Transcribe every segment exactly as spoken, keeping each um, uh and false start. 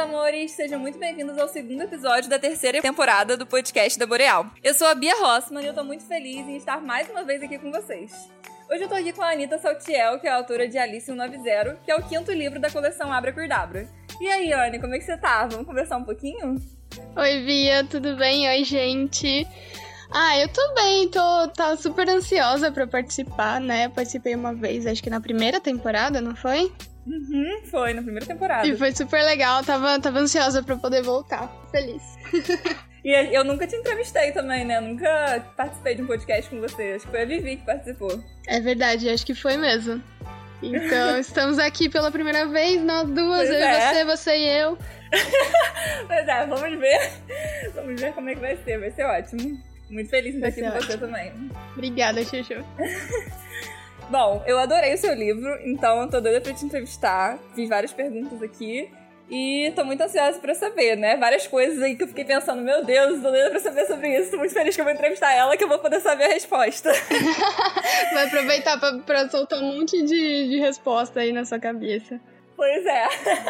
amores! Sejam muito bem-vindos ao segundo episódio da terceira temporada do podcast da Boreal. Eu sou a Bia Rossmann e eu tô muito feliz em estar mais uma vez aqui com vocês. Hoje eu tô aqui com a Anitta Saltiel, que é a autora de Alice cento e noventa, que é o quinto livro da coleção Abracurdabra. E aí, Anny, como é que você tá? Vamos conversar um pouquinho? Oi, Bia, tudo bem? Oi, gente! Ah, eu tô bem, tô tá super ansiosa pra participar, né? Eu participei uma vez, acho que na primeira temporada, não foi? Uhum, foi, na primeira temporada. E foi super legal, tava, tava ansiosa pra poder voltar. Feliz. E eu nunca te entrevistei também, né? Eu nunca participei de um podcast com você. Acho que foi a Vivi que participou. É verdade, acho que foi mesmo. Então, estamos aqui pela primeira vez, nós duas, pois eu é. e você, você e eu. Pois é, vamos ver. Vamos ver como é que vai ser, vai ser ótimo. Muito feliz em estar aqui com ótimo. Você também. Obrigada, Chuchu. Bom, eu adorei o seu livro, então eu tô doida pra te entrevistar. Fiz várias perguntas aqui e tô muito ansiosa pra saber, né? Várias coisas aí que eu fiquei pensando, meu Deus, tô doida pra saber sobre isso. Tô muito feliz que eu vou entrevistar ela, que eu vou poder saber a resposta. Vai aproveitar pra, pra soltar um monte de, de resposta aí na sua cabeça. Pois é.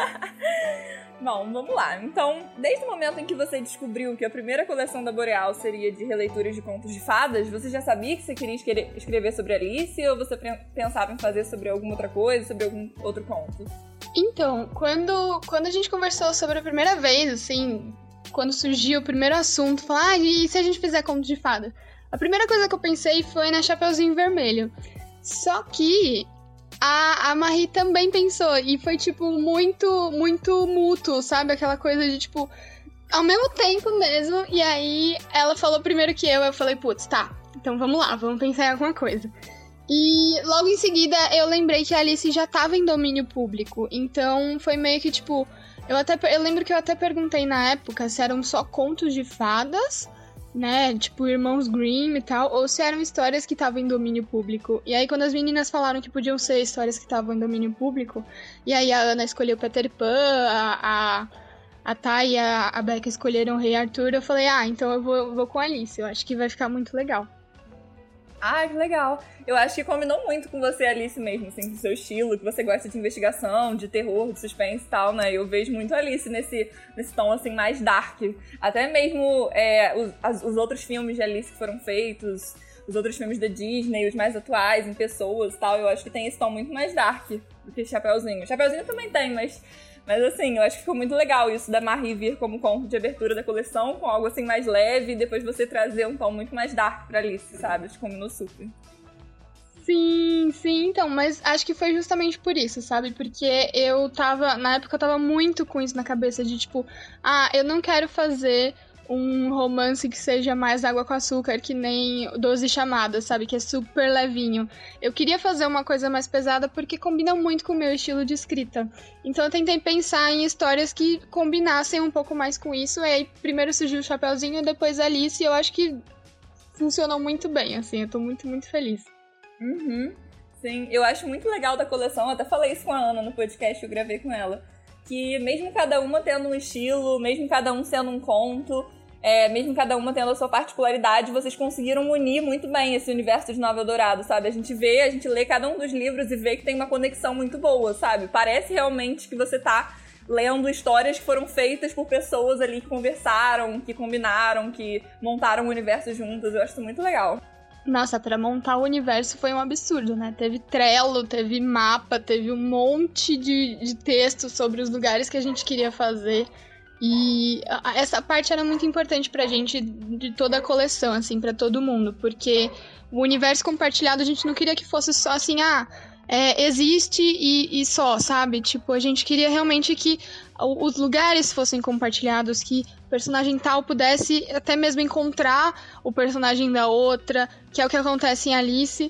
Bom, vamos lá. Então, desde o momento em que você descobriu que a primeira coleção da Boreal seria de releituras de contos de fadas, você já sabia que você queria escrever sobre Alice ou você pensava em fazer sobre alguma outra coisa, sobre algum outro conto? Então, quando, quando a gente conversou sobre a primeira vez, assim, quando surgiu o primeiro assunto, falar, ah, e se a gente fizer conto de fada? A primeira coisa que eu pensei foi na Chapeuzinho Vermelho. Só que A, a Marie também pensou, e foi, tipo, muito, muito mútuo, sabe? Aquela coisa de, tipo, ao mesmo tempo mesmo, e aí ela falou primeiro que eu, eu falei, putz, tá, então vamos lá, vamos pensar em alguma coisa. E logo em seguida eu lembrei que a Alice já tava em domínio público, então foi meio que, tipo, eu, até, eu lembro que eu até perguntei na época se eram só contos de fadas, né, tipo Irmãos Grimm e tal, ou se eram histórias que estavam em domínio público. E aí quando as meninas falaram que podiam ser histórias que estavam em domínio público, e aí a Ana escolheu Peter Pan, a, a, a Thay e a, a Becca escolheram o Rei Arthur, eu falei, ah, então eu vou, eu vou com a Alice, eu acho que vai ficar muito legal. Ah, que legal. Eu acho que combinou muito com você, Alice, mesmo, assim, com o seu estilo, que você gosta de investigação, de terror, de suspense e tal, né? Eu vejo muito Alice nesse, nesse tom, assim, mais dark. Até mesmo é, os, as, os outros filmes de Alice que foram feitos, os outros filmes da Disney, os mais atuais, em pessoas e tal, eu acho que tem esse tom muito mais dark do que Chapeuzinho. Chapeuzinho também tem, mas... Mas assim, eu acho que ficou muito legal isso da Marie vir como conto de abertura da coleção, com algo assim mais leve, e depois você trazer um tom muito mais dark pra Alice, sabe? Acho que combinou super. Sim, sim, então, mas acho que foi justamente por isso, sabe? Porque eu tava, na época eu tava muito com isso na cabeça de tipo, ah, eu não quero fazer um romance que seja mais água com açúcar, que nem doze chamadas, sabe? Que é super levinho. Eu queria fazer uma coisa mais pesada porque combina muito com o meu estilo de escrita. Então eu tentei pensar em histórias que combinassem um pouco mais com isso. E aí primeiro surgiu o Chapeuzinho e depois a Alice. E eu acho que funcionou muito bem, assim. Eu tô muito, muito feliz. Uhum. Sim, eu acho muito legal da coleção. Eu até falei isso com a Ana no podcast que eu gravei com ela. Que mesmo cada uma tendo um estilo, mesmo cada um sendo um conto, é, mesmo cada uma tendo a sua particularidade, vocês conseguiram unir muito bem esse universo de Nova Eldorado, sabe? A gente vê, a gente lê cada um dos livros e vê que tem uma conexão muito boa, sabe? Parece realmente que você tá lendo histórias que foram feitas por pessoas ali que conversaram, que combinaram, que montaram o universo juntas. Eu acho isso muito legal. Nossa, pra montar o universo foi um absurdo, né? Teve Trello, teve mapa, teve um monte de, de texto sobre os lugares que a gente queria fazer. E essa parte era muito importante pra gente, de toda a coleção, assim, pra todo mundo. Porque o universo compartilhado a gente não queria que fosse só assim, ah, é, existe e, e só, sabe? Tipo, a gente queria realmente que os lugares fossem compartilhados, que o personagem tal pudesse até mesmo encontrar o personagem da outra, que é o que acontece em Alice.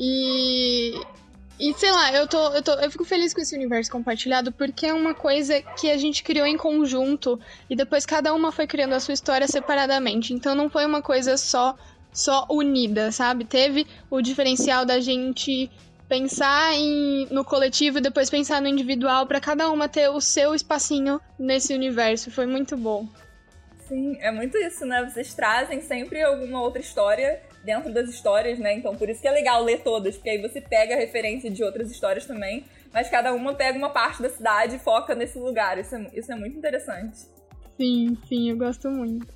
E, e sei lá, eu, tô, eu, tô, eu fico feliz com esse universo compartilhado porque é uma coisa que a gente criou em conjunto e depois cada uma foi criando a sua história separadamente. Então não foi uma coisa só, só unida, sabe? Teve o diferencial da gente pensar em, no coletivo e depois pensar no individual pra cada uma ter o seu espacinho nesse universo. Foi muito bom. Sim, é muito isso, né? Vocês trazem sempre alguma outra história dentro das histórias, né? Então por isso que é legal ler todas, porque aí você pega a referência de outras histórias também, mas cada uma pega uma parte da cidade e foca nesse lugar. Isso é, isso é muito interessante. Sim, sim, eu gosto muito.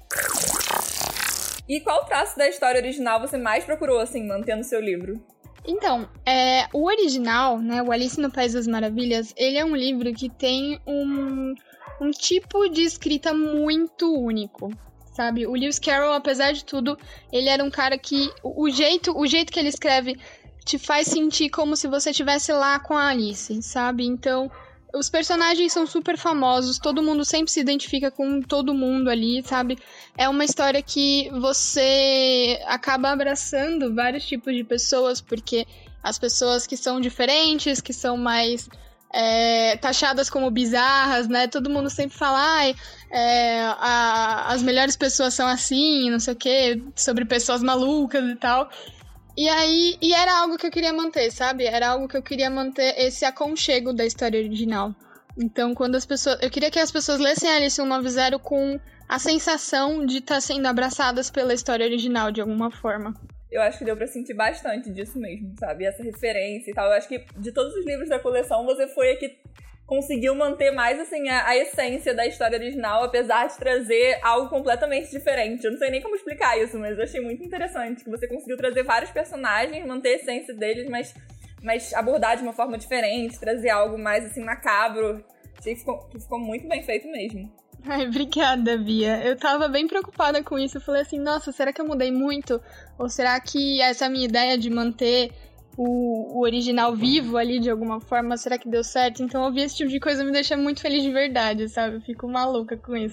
E qual traço da história original você mais procurou, assim, mantendo o seu livro? Então, é, o original, né, o Alice no País das Maravilhas, ele é um livro que tem um, um tipo de escrita muito único, sabe? O Lewis Carroll, apesar de tudo, ele era um cara que... O jeito, o jeito que ele escreve te faz sentir como se você estivesse lá com a Alice, sabe? Então, os personagens são super famosos, todo mundo sempre se identifica com todo mundo ali, sabe? É uma história que você acaba abraçando vários tipos de pessoas, porque as pessoas que são diferentes, que são mais é, taxadas como bizarras, né? Todo mundo sempre fala, ai, é, a, as melhores pessoas são assim, não sei o quê, sobre pessoas malucas e tal. E aí, e era algo que eu queria manter, sabe? Era algo que eu queria manter esse aconchego da história original. Então, quando as pessoas... Eu queria que as pessoas lessem Alice cento e noventa com a sensação de estar sendo abraçadas pela história original, de alguma forma. Eu acho que deu pra sentir bastante disso mesmo, sabe? Essa referência e tal. Eu acho que de todos os livros da coleção, você foi a que conseguiu manter mais, assim, a, a essência da história original, apesar de trazer algo completamente diferente. Eu não sei nem como explicar isso, mas eu achei muito interessante que você conseguiu trazer vários personagens, manter a essência deles, mas, mas abordar de uma forma diferente, trazer algo mais, assim, macabro. Achei que ficou, que ficou muito bem feito mesmo. Ai, obrigada, Bia. Eu tava bem preocupada com isso. Eu falei assim, nossa, será que eu mudei muito? Ou será que essa minha ideia de manter o, o original vivo ali de alguma forma, será que deu certo? Então ouvir esse tipo de coisa me deixa muito feliz de verdade, sabe? Eu fico maluca com isso.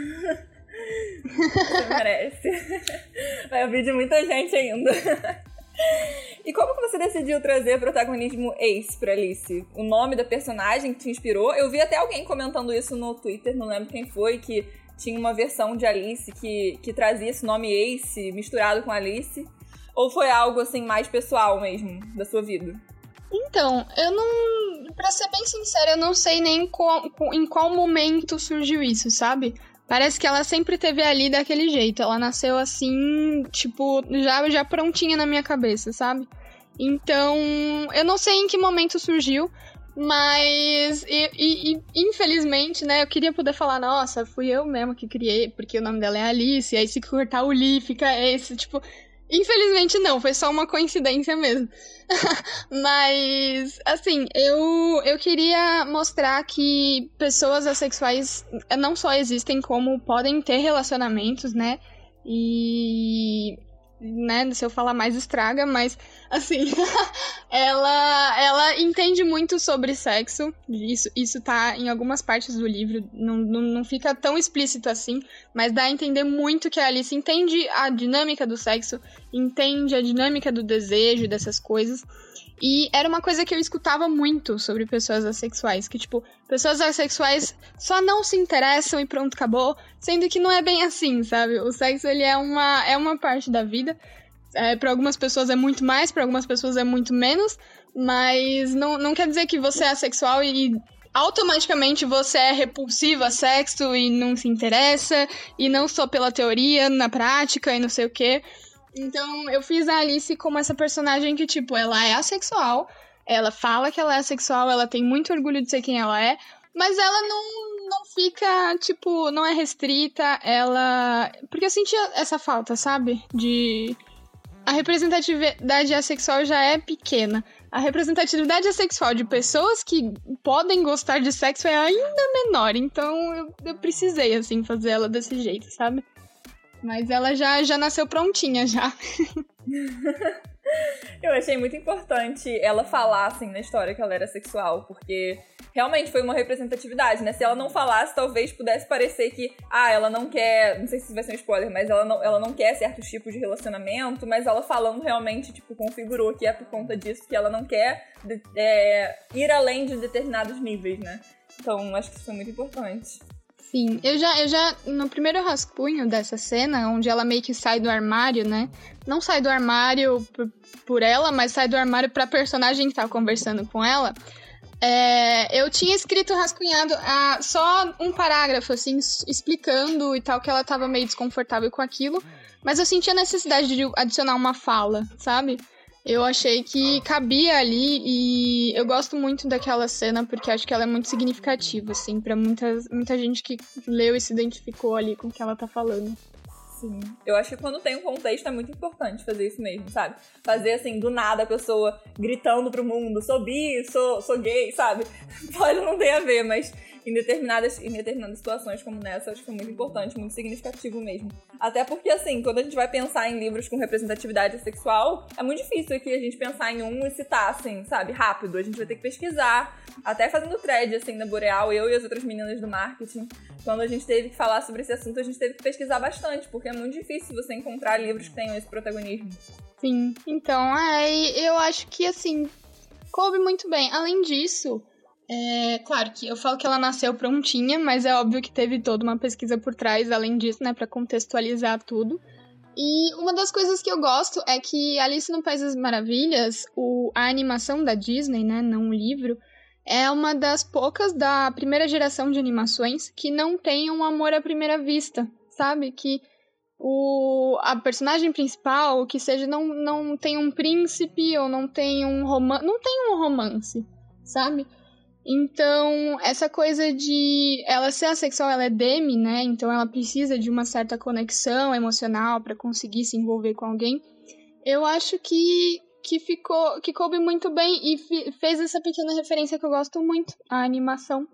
Você merece. Vai ouvir de muita gente ainda. E como que você decidiu trazer o protagonismo Ace pra Alice? O nome da personagem que te inspirou? Eu vi até alguém comentando isso no Twitter, não lembro quem foi, que tinha uma versão de Alice que, que trazia esse nome Ace misturado com Alice. Ou foi algo, assim, mais pessoal mesmo, da sua vida? Então, eu não... Pra ser bem sincera, eu não sei nem qual, em qual momento surgiu isso, sabe? Parece que ela sempre teve ali daquele jeito. Ela nasceu assim, tipo, já, já prontinha na minha cabeça, sabe? Então, eu não sei em que momento surgiu, mas, e, e, e, infelizmente, né, eu queria poder falar, nossa, fui eu mesma que criei, porque o nome dela é Alice, e aí se cortar o Lee fica esse, tipo... Infelizmente não, foi só uma coincidência mesmo. Mas, assim, eu, eu queria mostrar que pessoas assexuais não só existem, como podem ter relacionamentos, né? E... né, se eu falar mais estraga, mas, assim, ela, ela entende muito sobre sexo, isso, isso tá em algumas partes do livro, não, não, não fica tão explícito assim, mas dá a entender muito que a Alice entende a dinâmica do sexo, entende a dinâmica do desejo, dessas coisas, e era uma coisa que eu escutava muito sobre pessoas assexuais, que, tipo, pessoas assexuais só não se interessam e pronto, acabou, sendo que não é bem assim, sabe? O sexo, ele é uma, é uma parte da vida, é, para algumas pessoas é muito mais, para algumas pessoas é muito menos, mas não, não quer dizer que você é assexual e automaticamente você é repulsivo a sexo e não se interessa, e não só pela teoria, na prática e não sei o quê. Então, eu fiz a Alice como essa personagem que, tipo, ela é assexual, ela fala que ela é assexual, ela tem muito orgulho de ser quem ela é, mas ela não, não fica, tipo, não é restrita, ela... Porque eu sentia essa falta, sabe? De... A representatividade assexual já é pequena. A representatividade assexual de pessoas que podem gostar de sexo é ainda menor, então eu, eu precisei, assim, fazer ela desse jeito, sabe? Mas ela já, já nasceu prontinha, já. Eu achei muito importante ela falar, assim, na história que ela era sexual, porque realmente foi uma representatividade, né? Se ela não falasse, talvez pudesse parecer que, ah, ela não quer, não sei se vai ser um spoiler, mas ela não, ela não quer certos tipos de relacionamento, mas ela falando realmente, tipo, configurou que é por conta disso que ela não quer é, ir além de determinados níveis, né? Então, acho que isso foi muito importante. Sim, eu já, eu já, no primeiro rascunho dessa cena, onde ela meio que sai do armário, né? Não sai do armário por, por ela, mas sai do armário pra personagem que tá conversando com ela. É, eu tinha escrito rascunhado ah, só um parágrafo, assim, explicando e tal, que ela tava meio desconfortável com aquilo. Mas eu senti a necessidade de adicionar uma fala, sabe? Eu achei que cabia ali e eu gosto muito daquela cena porque acho que ela é muito significativa, assim, pra muita, muita gente que leu e se identificou ali com o que ela tá falando. Sim. Eu acho que quando tem um contexto é muito importante fazer isso mesmo, sabe? Fazer, assim, do nada a pessoa gritando pro mundo, sou bi, sou, sou gay, sabe? Pode não ter a ver, mas em determinadas, em determinadas situações como nessa, acho que é muito importante, muito significativo mesmo. Até porque, assim, quando a gente vai pensar em livros com representatividade sexual, é muito difícil aqui a gente pensar em um e citar, assim, sabe, rápido. A gente vai ter que pesquisar. Até fazendo thread, assim, na Boreal, eu e as outras meninas do marketing, quando a gente teve que falar sobre esse assunto, a gente teve que pesquisar bastante, porque é muito difícil você encontrar livros que tenham esse protagonismo. Sim, então, é, eu acho que, assim, coube muito bem. Além disso, é claro que eu falo que ela nasceu prontinha, mas é óbvio que teve toda uma pesquisa por trás, além disso, né, pra contextualizar tudo. E uma das coisas que eu gosto é que Alice no País das Maravilhas, o, a animação da Disney, né, não o livro, é uma das poucas da primeira geração de animações que não tem um amor à primeira vista, sabe? Que o, a personagem principal, que seja, não, não tem um príncipe ou não tem um romance, não tem um romance, sabe? Então, essa coisa de ela ser assexual, ela é demi, né? Então ela precisa de uma certa conexão emocional para conseguir se envolver com alguém. Eu acho que que ficou, que coube muito bem e fi, fez essa pequena referência que eu gosto muito, a animação.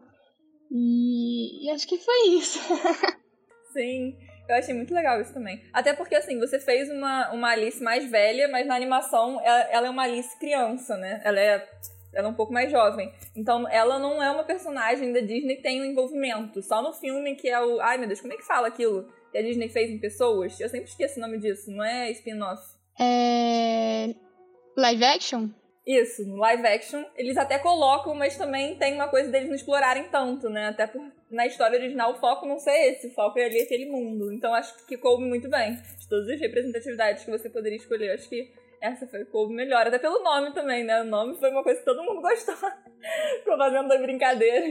E, e acho que foi isso. Sim, eu achei muito legal isso também. Até porque, assim, você fez uma, uma Alice mais velha, mas na animação ela, ela é uma Alice criança, né? Ela é, ela é um pouco mais jovem. Então, ela não é uma personagem da Disney que tem um envolvimento. Só no filme que é o... Ai, meu Deus, como é que fala aquilo que a Disney fez em pessoas? Eu sempre esqueço o nome disso, não é spin-off? É... Live action? Isso, no live action eles até colocam, mas também tem uma coisa deles não explorarem tanto, né? Até por, na história original o foco não ser esse, o foco é ali aquele mundo. Então acho que coube muito bem. De todas as representatividades que você poderia escolher, acho que essa foi coube melhor. Até pelo nome também, né? O nome foi uma coisa que todo mundo gostou. Ficou fazendo da brincadeira.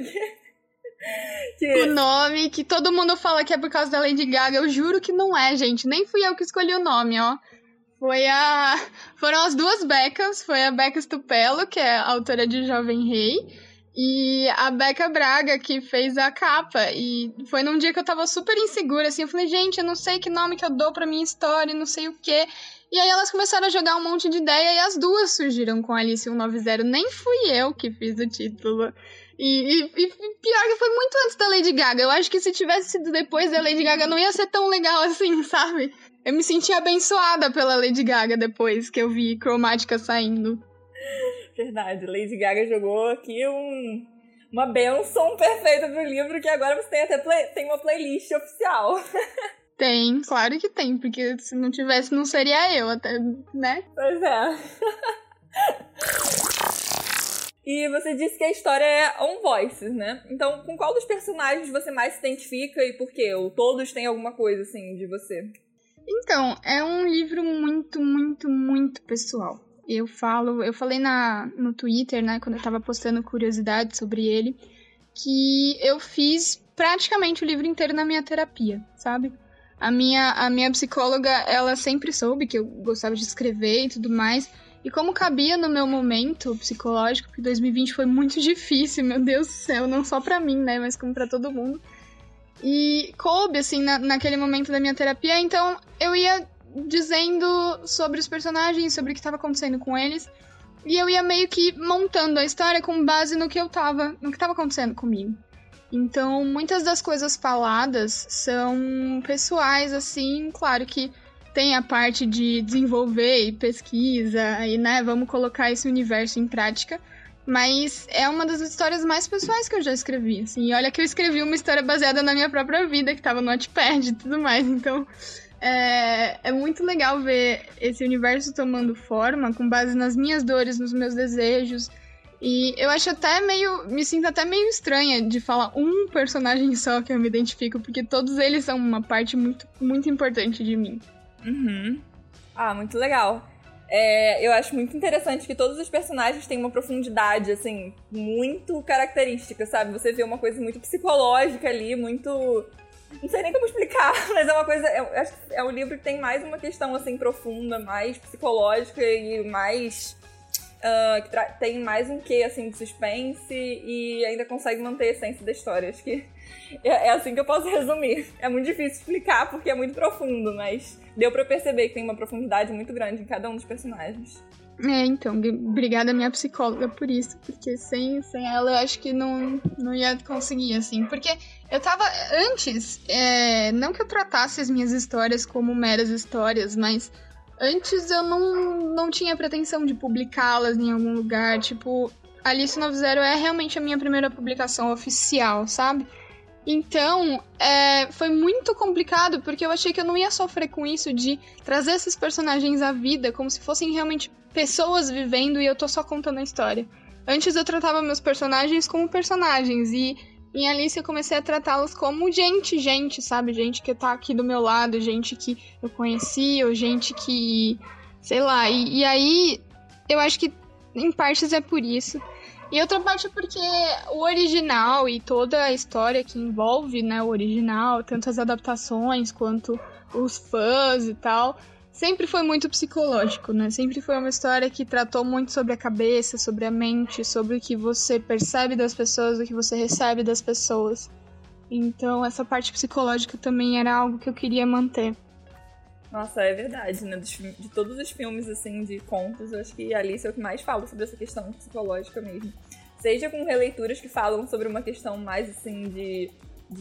Que... O nome, que todo mundo fala que é por causa da Lady Gaga, eu juro que não é, gente. Nem fui eu que escolhi o nome, ó. Foi a... Foram as duas Beccas, foi a Becca Stupello, que é a autora de Jovem Rei, e a Becca Braga, que fez a capa. E foi num dia que eu tava super insegura, assim, eu falei, gente, eu não sei que nome que eu dou pra minha história, não sei o quê. E aí elas começaram a jogar um monte de ideia e as duas surgiram com Alice cento e noventa. Nem fui eu que fiz o título. E, e, e pior que foi muito antes da Lady Gaga. Eu acho que se tivesse sido depois da Lady Gaga não ia ser tão legal assim, sabe? Eu me senti abençoada pela Lady Gaga depois que eu vi Cromática saindo. Verdade, Lady Gaga jogou aqui um, uma benção perfeita pro livro, que agora você tem até play, tem uma playlist oficial. Tem, claro que tem, porque se não tivesse não seria eu, até, né? Pois é. E você disse que a história é on voices, né? Então, com qual dos personagens você mais se identifica e por quê? Ou todos têm alguma coisa, assim, de você? Então, é um livro muito, muito, muito pessoal. Eu falo, eu falei na, no Twitter, né, quando eu tava postando curiosidades sobre ele, que eu fiz praticamente o livro inteiro na minha terapia, sabe? A minha, a minha psicóloga, ela sempre soube que eu gostava de escrever e tudo mais. E como cabia no meu momento psicológico, porque dois mil e vinte foi muito difícil, meu Deus do céu, não só pra mim, né, mas como pra todo mundo. E coube, assim, na, naquele momento da minha terapia, então eu ia dizendo sobre os personagens, sobre o que estava acontecendo com eles, e eu ia meio que montando a história com base no que eu tava, no que estava acontecendo comigo. Então, muitas das coisas faladas são pessoais, assim, claro que tem a parte de desenvolver e pesquisa, e, né, vamos colocar esse universo em prática, mas é uma das histórias mais pessoais que eu já escrevi, assim. E olha que eu escrevi uma história baseada na minha própria vida, que tava no Wattpad e tudo mais. Então, é, é muito legal ver esse universo tomando forma, com base nas minhas dores, nos meus desejos. E eu acho até meio... Me sinto até meio estranha de falar um personagem só que eu me identifico, porque todos eles são uma parte muito, muito importante de mim. Uhum. Ah, muito legal. É, eu acho muito interessante que todos os personagens têm uma profundidade, assim, muito característica, sabe? Você vê uma coisa muito psicológica ali, muito Não sei nem como explicar, mas é uma coisa... Eu acho que é um livro que tem mais uma questão, assim, profunda, mais psicológica e mais... Uh, que tra- tem mais um quê, assim, de suspense e ainda consegue manter a essência da história. Acho que é, é assim que eu posso resumir. É muito difícil explicar porque é muito profundo, mas deu pra perceber que tem uma profundidade muito grande em cada um dos personagens. É, então, obrigada minha psicóloga por isso, porque sem, sem ela eu acho que não, não ia conseguir, assim. Porque eu tava, antes, é, não que eu tratasse as minhas histórias como meras histórias, mas antes eu não, não tinha pretensão de publicá-las em algum lugar, tipo, Alice Novo Zero é realmente a minha primeira publicação oficial, sabe? Então, é, foi muito complicado, porque eu achei que eu não ia sofrer com isso de trazer esses personagens à vida, como se fossem realmente pessoas vivendo e eu tô só contando a história. Antes eu tratava meus personagens como personagens, e em Alice eu comecei a tratá-los como gente, gente, sabe? Gente que tá aqui do meu lado, gente que eu conheci, ou gente que... sei lá, e, e aí eu acho que em partes é por isso. E outra parte é porque o original e toda a história que envolve, né, o original, tanto as adaptações quanto os fãs e tal, sempre foi muito psicológico, né? Sempre foi uma história que tratou muito sobre a cabeça, sobre a mente, sobre o que você percebe das pessoas, o que você recebe das pessoas. Então essa parte psicológica também era algo que eu queria manter. Nossa, é verdade, né? De, de todos os filmes, assim, de contos, eu acho que Alice é o que mais fala sobre essa questão psicológica mesmo. Seja com releituras que falam sobre uma questão mais, assim, de,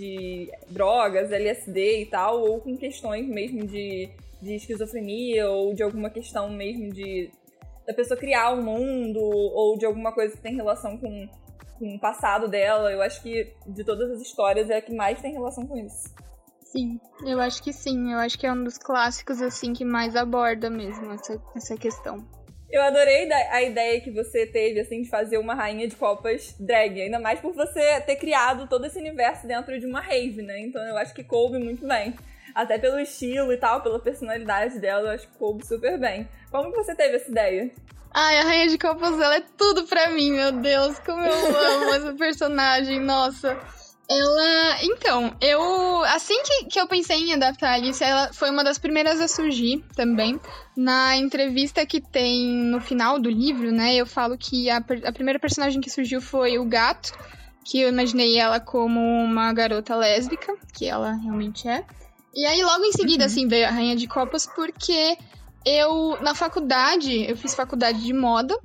de drogas, L S D e tal, ou com questões mesmo de, de esquizofrenia, ou de alguma questão mesmo de da pessoa criar um mundo, ou de alguma coisa que tem relação com, com o passado dela. Eu acho que de todas as histórias é a que mais tem relação com isso. Sim, eu acho que sim. Eu acho que é um dos clássicos, assim, que mais aborda mesmo essa, essa questão. Eu adorei a ideia que você teve, assim, de fazer uma rainha de copas drag. Ainda mais por você ter criado todo esse universo dentro de uma rave, né? Então eu acho que coube muito bem. Até pelo estilo e tal, pela personalidade dela, eu acho que coube super bem. Como que você teve essa ideia? Ai, a Rainha de Copas, ela é tudo pra mim, meu Deus. Como eu amo essa personagem, nossa... Ela... Então, eu... Assim que, que eu pensei em adaptar a Alice, ela foi uma das primeiras a surgir também. Na entrevista que tem no final do livro, né, eu falo que a, a primeira personagem que surgiu foi o Gato, que eu imaginei ela como uma garota lésbica, que ela realmente é. E aí, logo em seguida, uhum. assim, veio a Rainha de Copas, porque eu, na faculdade, eu fiz faculdade de moda,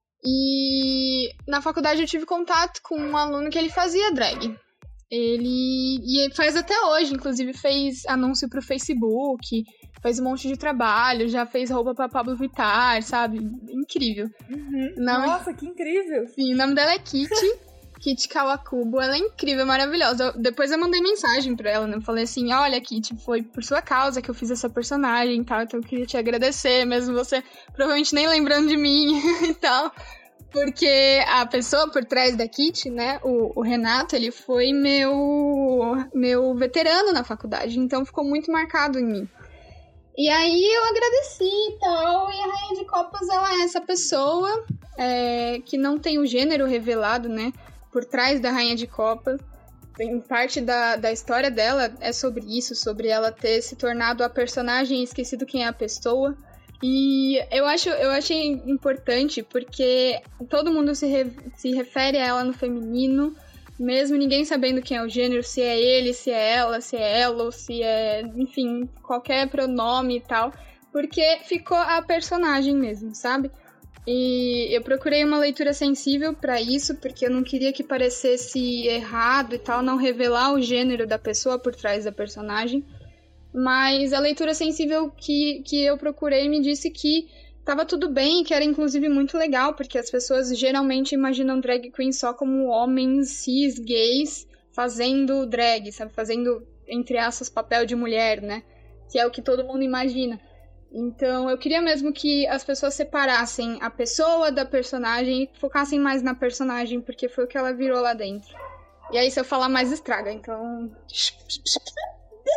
e na faculdade eu tive contato com um aluno que ele fazia drag. Ele e faz até hoje, inclusive fez anúncio pro Facebook, fez um monte de trabalho, já fez roupa pra Pablo Vittar, sabe? Incrível. Uhum. Nome... Nossa, que incrível! Sim, o nome dela é Kitty, Kitty Kawakubo, ela é incrível, maravilhosa. Eu, depois eu mandei mensagem pra ela, né? Eu falei assim, olha, Kitty, foi por sua causa que eu fiz essa personagem e tal, então eu queria te agradecer, mesmo você provavelmente nem lembrando de mim e tal. Porque a pessoa por trás da Kitty, né, o, o Renato, ele foi meu, meu veterano na faculdade, então ficou muito marcado em mim. E aí eu agradeci e tal, e a Rainha de Copas, ela é essa pessoa é, que não tem o gênero revelado, né, por trás da Rainha de Copas. Em parte da, da história dela é sobre isso, sobre ela ter se tornado a personagem e esquecido quem é a pessoa. E eu, acho, eu achei importante porque todo mundo se, re, se refere a ela no feminino, mesmo ninguém sabendo quem é o gênero, se é ele, se é ela, se é ela, ou se é, enfim, qualquer pronome e tal, porque ficou a personagem mesmo, sabe? E eu procurei uma leitura sensível pra isso, porque eu não queria que parecesse errado e tal, não revelar o gênero da pessoa por trás da personagem. Mas a leitura sensível que, que eu procurei me disse que tava tudo bem, que era inclusive muito legal, porque as pessoas geralmente imaginam drag queen só como homens cis, gays, fazendo drag, sabe? Fazendo, entre aspas, papel de mulher, né? Que é o que todo mundo imagina. Então eu queria mesmo que as pessoas separassem a pessoa da personagem e focassem mais na personagem, porque foi o que ela virou lá dentro. E aí se eu falar mais estraga, então...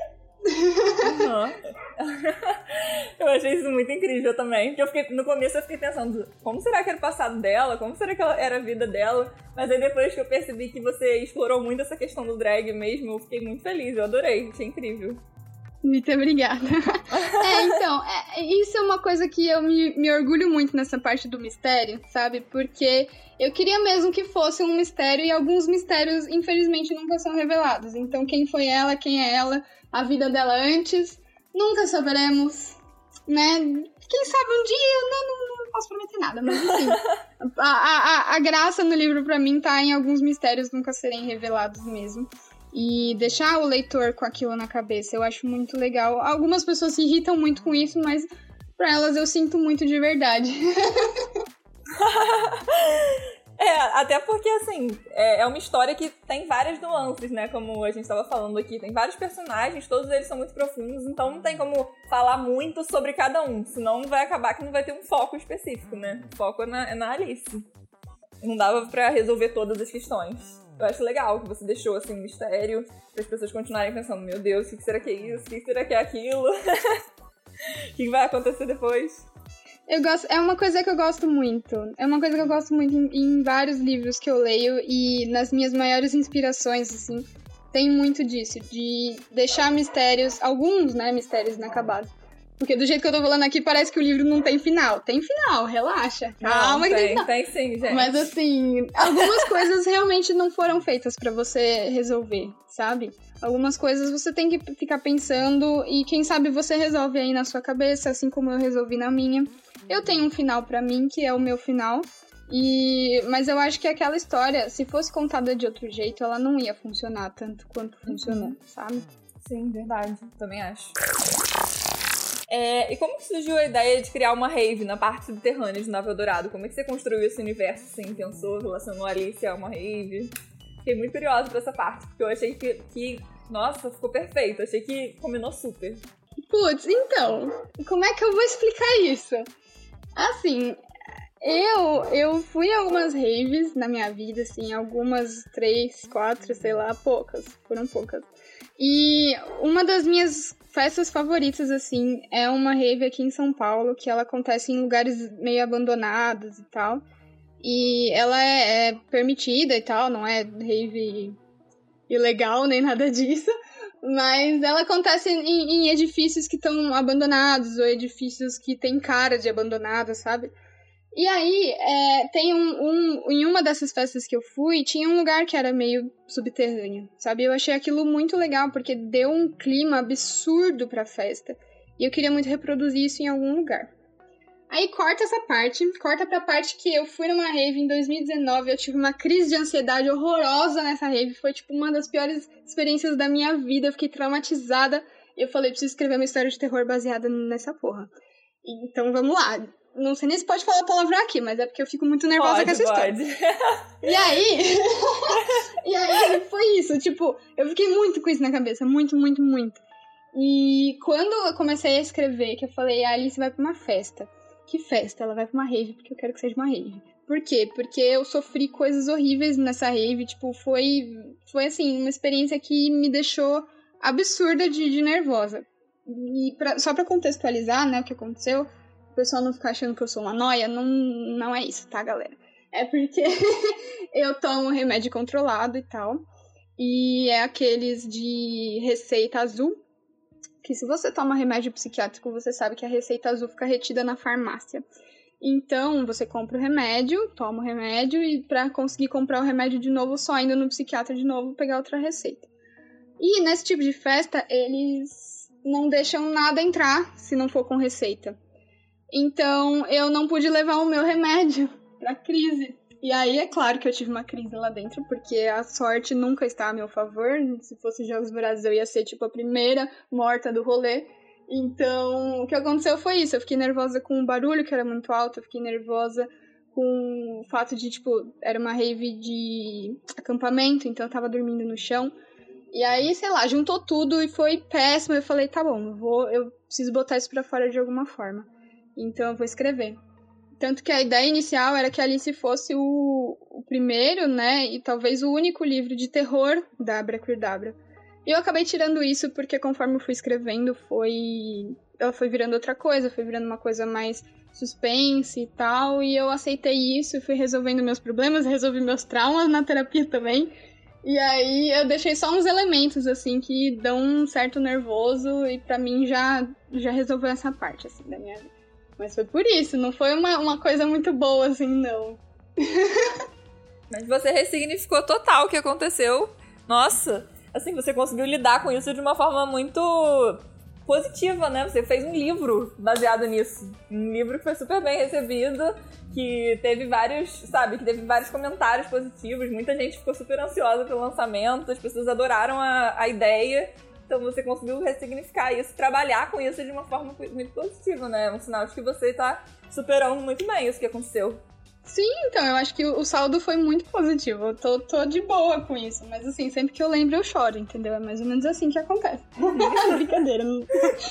Uhum. Eu achei isso muito incrível também. Porque eu fiquei, no começo eu fiquei pensando, como será que era o passado dela? Como será que era a vida dela? Mas aí depois que eu percebi que você explorou muito essa questão do drag mesmo, eu fiquei muito feliz, eu adorei, achei incrível. Muito obrigada. É, então, é, isso é uma coisa que eu me, me orgulho muito nessa parte do mistério, sabe? Porque eu queria mesmo que fosse um mistério e alguns mistérios, infelizmente, nunca são revelados. Então, quem foi ela, quem é ela, a vida dela antes, nunca saberemos, né? Quem sabe um dia, né? Não, não posso prometer nada, mas enfim. a, a, a graça no livro, pra mim, tá em alguns mistérios nunca serem revelados mesmo. E deixar o leitor com aquilo na cabeça, eu acho muito legal. Algumas pessoas se irritam muito com isso, mas pra elas eu sinto muito de verdade. É, até porque, assim, é, é uma história que tem várias nuances, né? Como a gente tava falando aqui. Tem vários personagens, todos eles são muito profundos, então não tem como falar muito sobre cada um. Senão vai acabar que não vai ter um foco específico, né? O foco é na, é na Alice. Não dava pra resolver todas as questões. Eu acho legal que você deixou, assim, um mistério para as pessoas continuarem pensando, meu Deus, o que será que é isso? O que será que é aquilo? O que vai acontecer depois? Eu gosto, é uma coisa que eu gosto muito. É uma coisa que eu gosto muito em, em vários livros que eu leio e nas minhas maiores inspirações, assim, tem muito disso, de deixar mistérios, alguns, né, mistérios inacabados. Porque do jeito que eu tô falando aqui, parece que o livro não tem final. Tem final, relaxa. Calma, não, que tem, tem, tem sim, gente. Mas assim, algumas coisas realmente não foram feitas pra você resolver, sabe? Algumas coisas você tem que ficar pensando e quem sabe você resolve aí na sua cabeça, assim como eu resolvi na minha. Eu tenho um final pra mim, que é o meu final. E... Mas eu acho que aquela história, se fosse contada de outro jeito, ela não ia funcionar tanto quanto funcionou, uhum. sabe? Sim, verdade. Também acho. É, e como que surgiu a ideia de criar uma rave na parte subterrânea de Nova Eldorado? Como é que você construiu esse universo, assim, pensou, relacionou a Alice a uma rave? Fiquei muito curiosa pra essa parte, porque eu achei que, que nossa, ficou perfeito. Achei que combinou super. Putz, então, como é que eu vou explicar isso? Assim, eu, eu fui a algumas raves na minha vida, assim, algumas três, quatro, sei lá, poucas, foram poucas. E uma das minhas festas favoritas, assim, é uma rave aqui em São Paulo, que ela acontece em lugares meio abandonados e tal. E ela é, é permitida e tal, não é rave ilegal nem nada disso. Mas ela acontece em, em edifícios que estão abandonados, ou edifícios que tem cara de abandonado, sabe? E aí, é, tem um, um... Em uma dessas festas que eu fui, tinha um lugar que era meio subterrâneo, sabe? Eu achei aquilo muito legal, porque deu um clima absurdo pra festa. E eu queria muito reproduzir isso em algum lugar. Aí corta essa parte, corta pra parte que eu fui numa rave em dois mil e dezenove, eu tive uma crise de ansiedade horrorosa nessa rave, foi tipo uma das piores experiências da minha vida, eu fiquei traumatizada, e eu falei, preciso escrever uma história de terror baseada nessa porra. Então vamos lá, não sei nem se pode falar palavrão aqui, mas é porque eu fico muito nervosa pode, com essa pode. história. E aí, e aí foi isso, tipo, eu fiquei muito com isso na cabeça, muito, muito, muito. E quando eu comecei a escrever, que eu falei, a Alice vai pra uma festa. Que festa? Ela vai pra uma rave, porque eu quero que seja uma rave. Por quê? Porque eu sofri coisas horríveis nessa rave, tipo, foi, foi assim, uma experiência que me deixou absurda de, de nervosa. E pra, só pra contextualizar, né, o que aconteceu, o pessoal não ficar achando que eu sou uma nóia, não, não é isso, tá, galera? É porque eu tomo remédio controlado e tal, e é aqueles de receita azul, que se você toma remédio psiquiátrico, você sabe que a receita azul fica retida na farmácia. Então, você compra o remédio, toma o remédio, e pra conseguir comprar o remédio de novo, só indo no psiquiatra de novo pegar outra receita. E nesse tipo de festa, eles não deixam nada entrar se não for com receita. Então, eu não pude levar o meu remédio pra crise. E aí, é claro que eu tive uma crise lá dentro, porque a sorte nunca está a meu favor. Se fosse Jogos Vorazes, eu ia ser, tipo, a primeira morta do rolê. Então, o que aconteceu foi isso. Eu fiquei nervosa com o barulho, que era muito alto. Eu fiquei nervosa com o fato de, tipo, era uma rave de acampamento, então eu tava dormindo no chão. E aí, sei lá, juntou tudo e foi péssimo. Eu falei, tá bom, eu, vou, eu preciso botar isso pra fora de alguma forma. Então, eu vou escrever. Tanto que a ideia inicial era que a Alice fosse o, o primeiro, né, e talvez o único livro de terror da Abracadabra. E eu acabei tirando isso porque conforme eu fui escrevendo, foi... ela foi virando outra coisa, foi virando uma coisa mais suspense e tal, e eu aceitei isso, fui resolvendo meus problemas, resolvi meus traumas na terapia também, e aí eu deixei só uns elementos, assim, que dão um certo nervoso, e pra mim já, já resolveu essa parte, assim, da minha vida. Mas foi por isso, não foi uma, uma coisa muito boa, assim, não. Mas você ressignificou total o que aconteceu. Nossa, assim, você conseguiu lidar com isso de uma forma muito positiva, né? Você fez um livro baseado nisso. Um livro que foi super bem recebido, que teve vários, sabe, que teve vários comentários positivos. Muita gente ficou super ansiosa pelo lançamento, as pessoas adoraram a, a ideia. Então você conseguiu ressignificar isso, trabalhar com isso de uma forma muito positiva, né? É um sinal de que você tá superando muito bem isso que aconteceu. Sim, então, eu acho que o saldo foi muito positivo. Eu tô, tô de boa com isso. Mas, assim, sempre que eu lembro, eu choro, entendeu? É mais ou menos assim que acontece. Brincadeira. Não...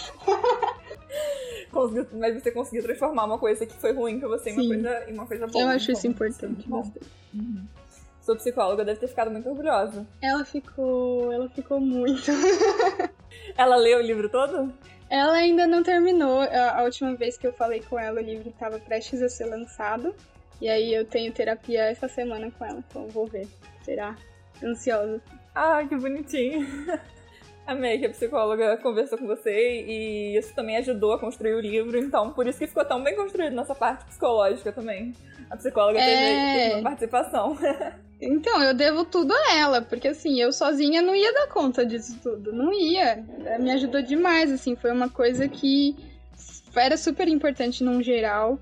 Mas você conseguiu transformar uma coisa que foi ruim pra você em uma, coisa, em uma coisa boa. Eu acho isso importante. Bastante. Uhum. Sua psicóloga deve ter ficado muito orgulhosa. Ela ficou... Ela ficou muito. Ela leu o livro todo? Ela ainda não terminou. A, a última vez que eu falei com ela, o livro estava prestes a ser lançado. E aí eu tenho terapia essa semana com ela, então vou ver. Será? Ansiosa. Ah, que bonitinho. Amei que a psicóloga conversou com você e isso também ajudou a construir o livro, então por isso que ficou tão bem construído nessa parte psicológica também. A psicóloga é... teve, teve uma participação. Então, eu devo tudo a ela, porque assim, eu sozinha não ia dar conta disso tudo, não ia. Ela me ajudou demais, assim, foi uma coisa que era super importante num geral.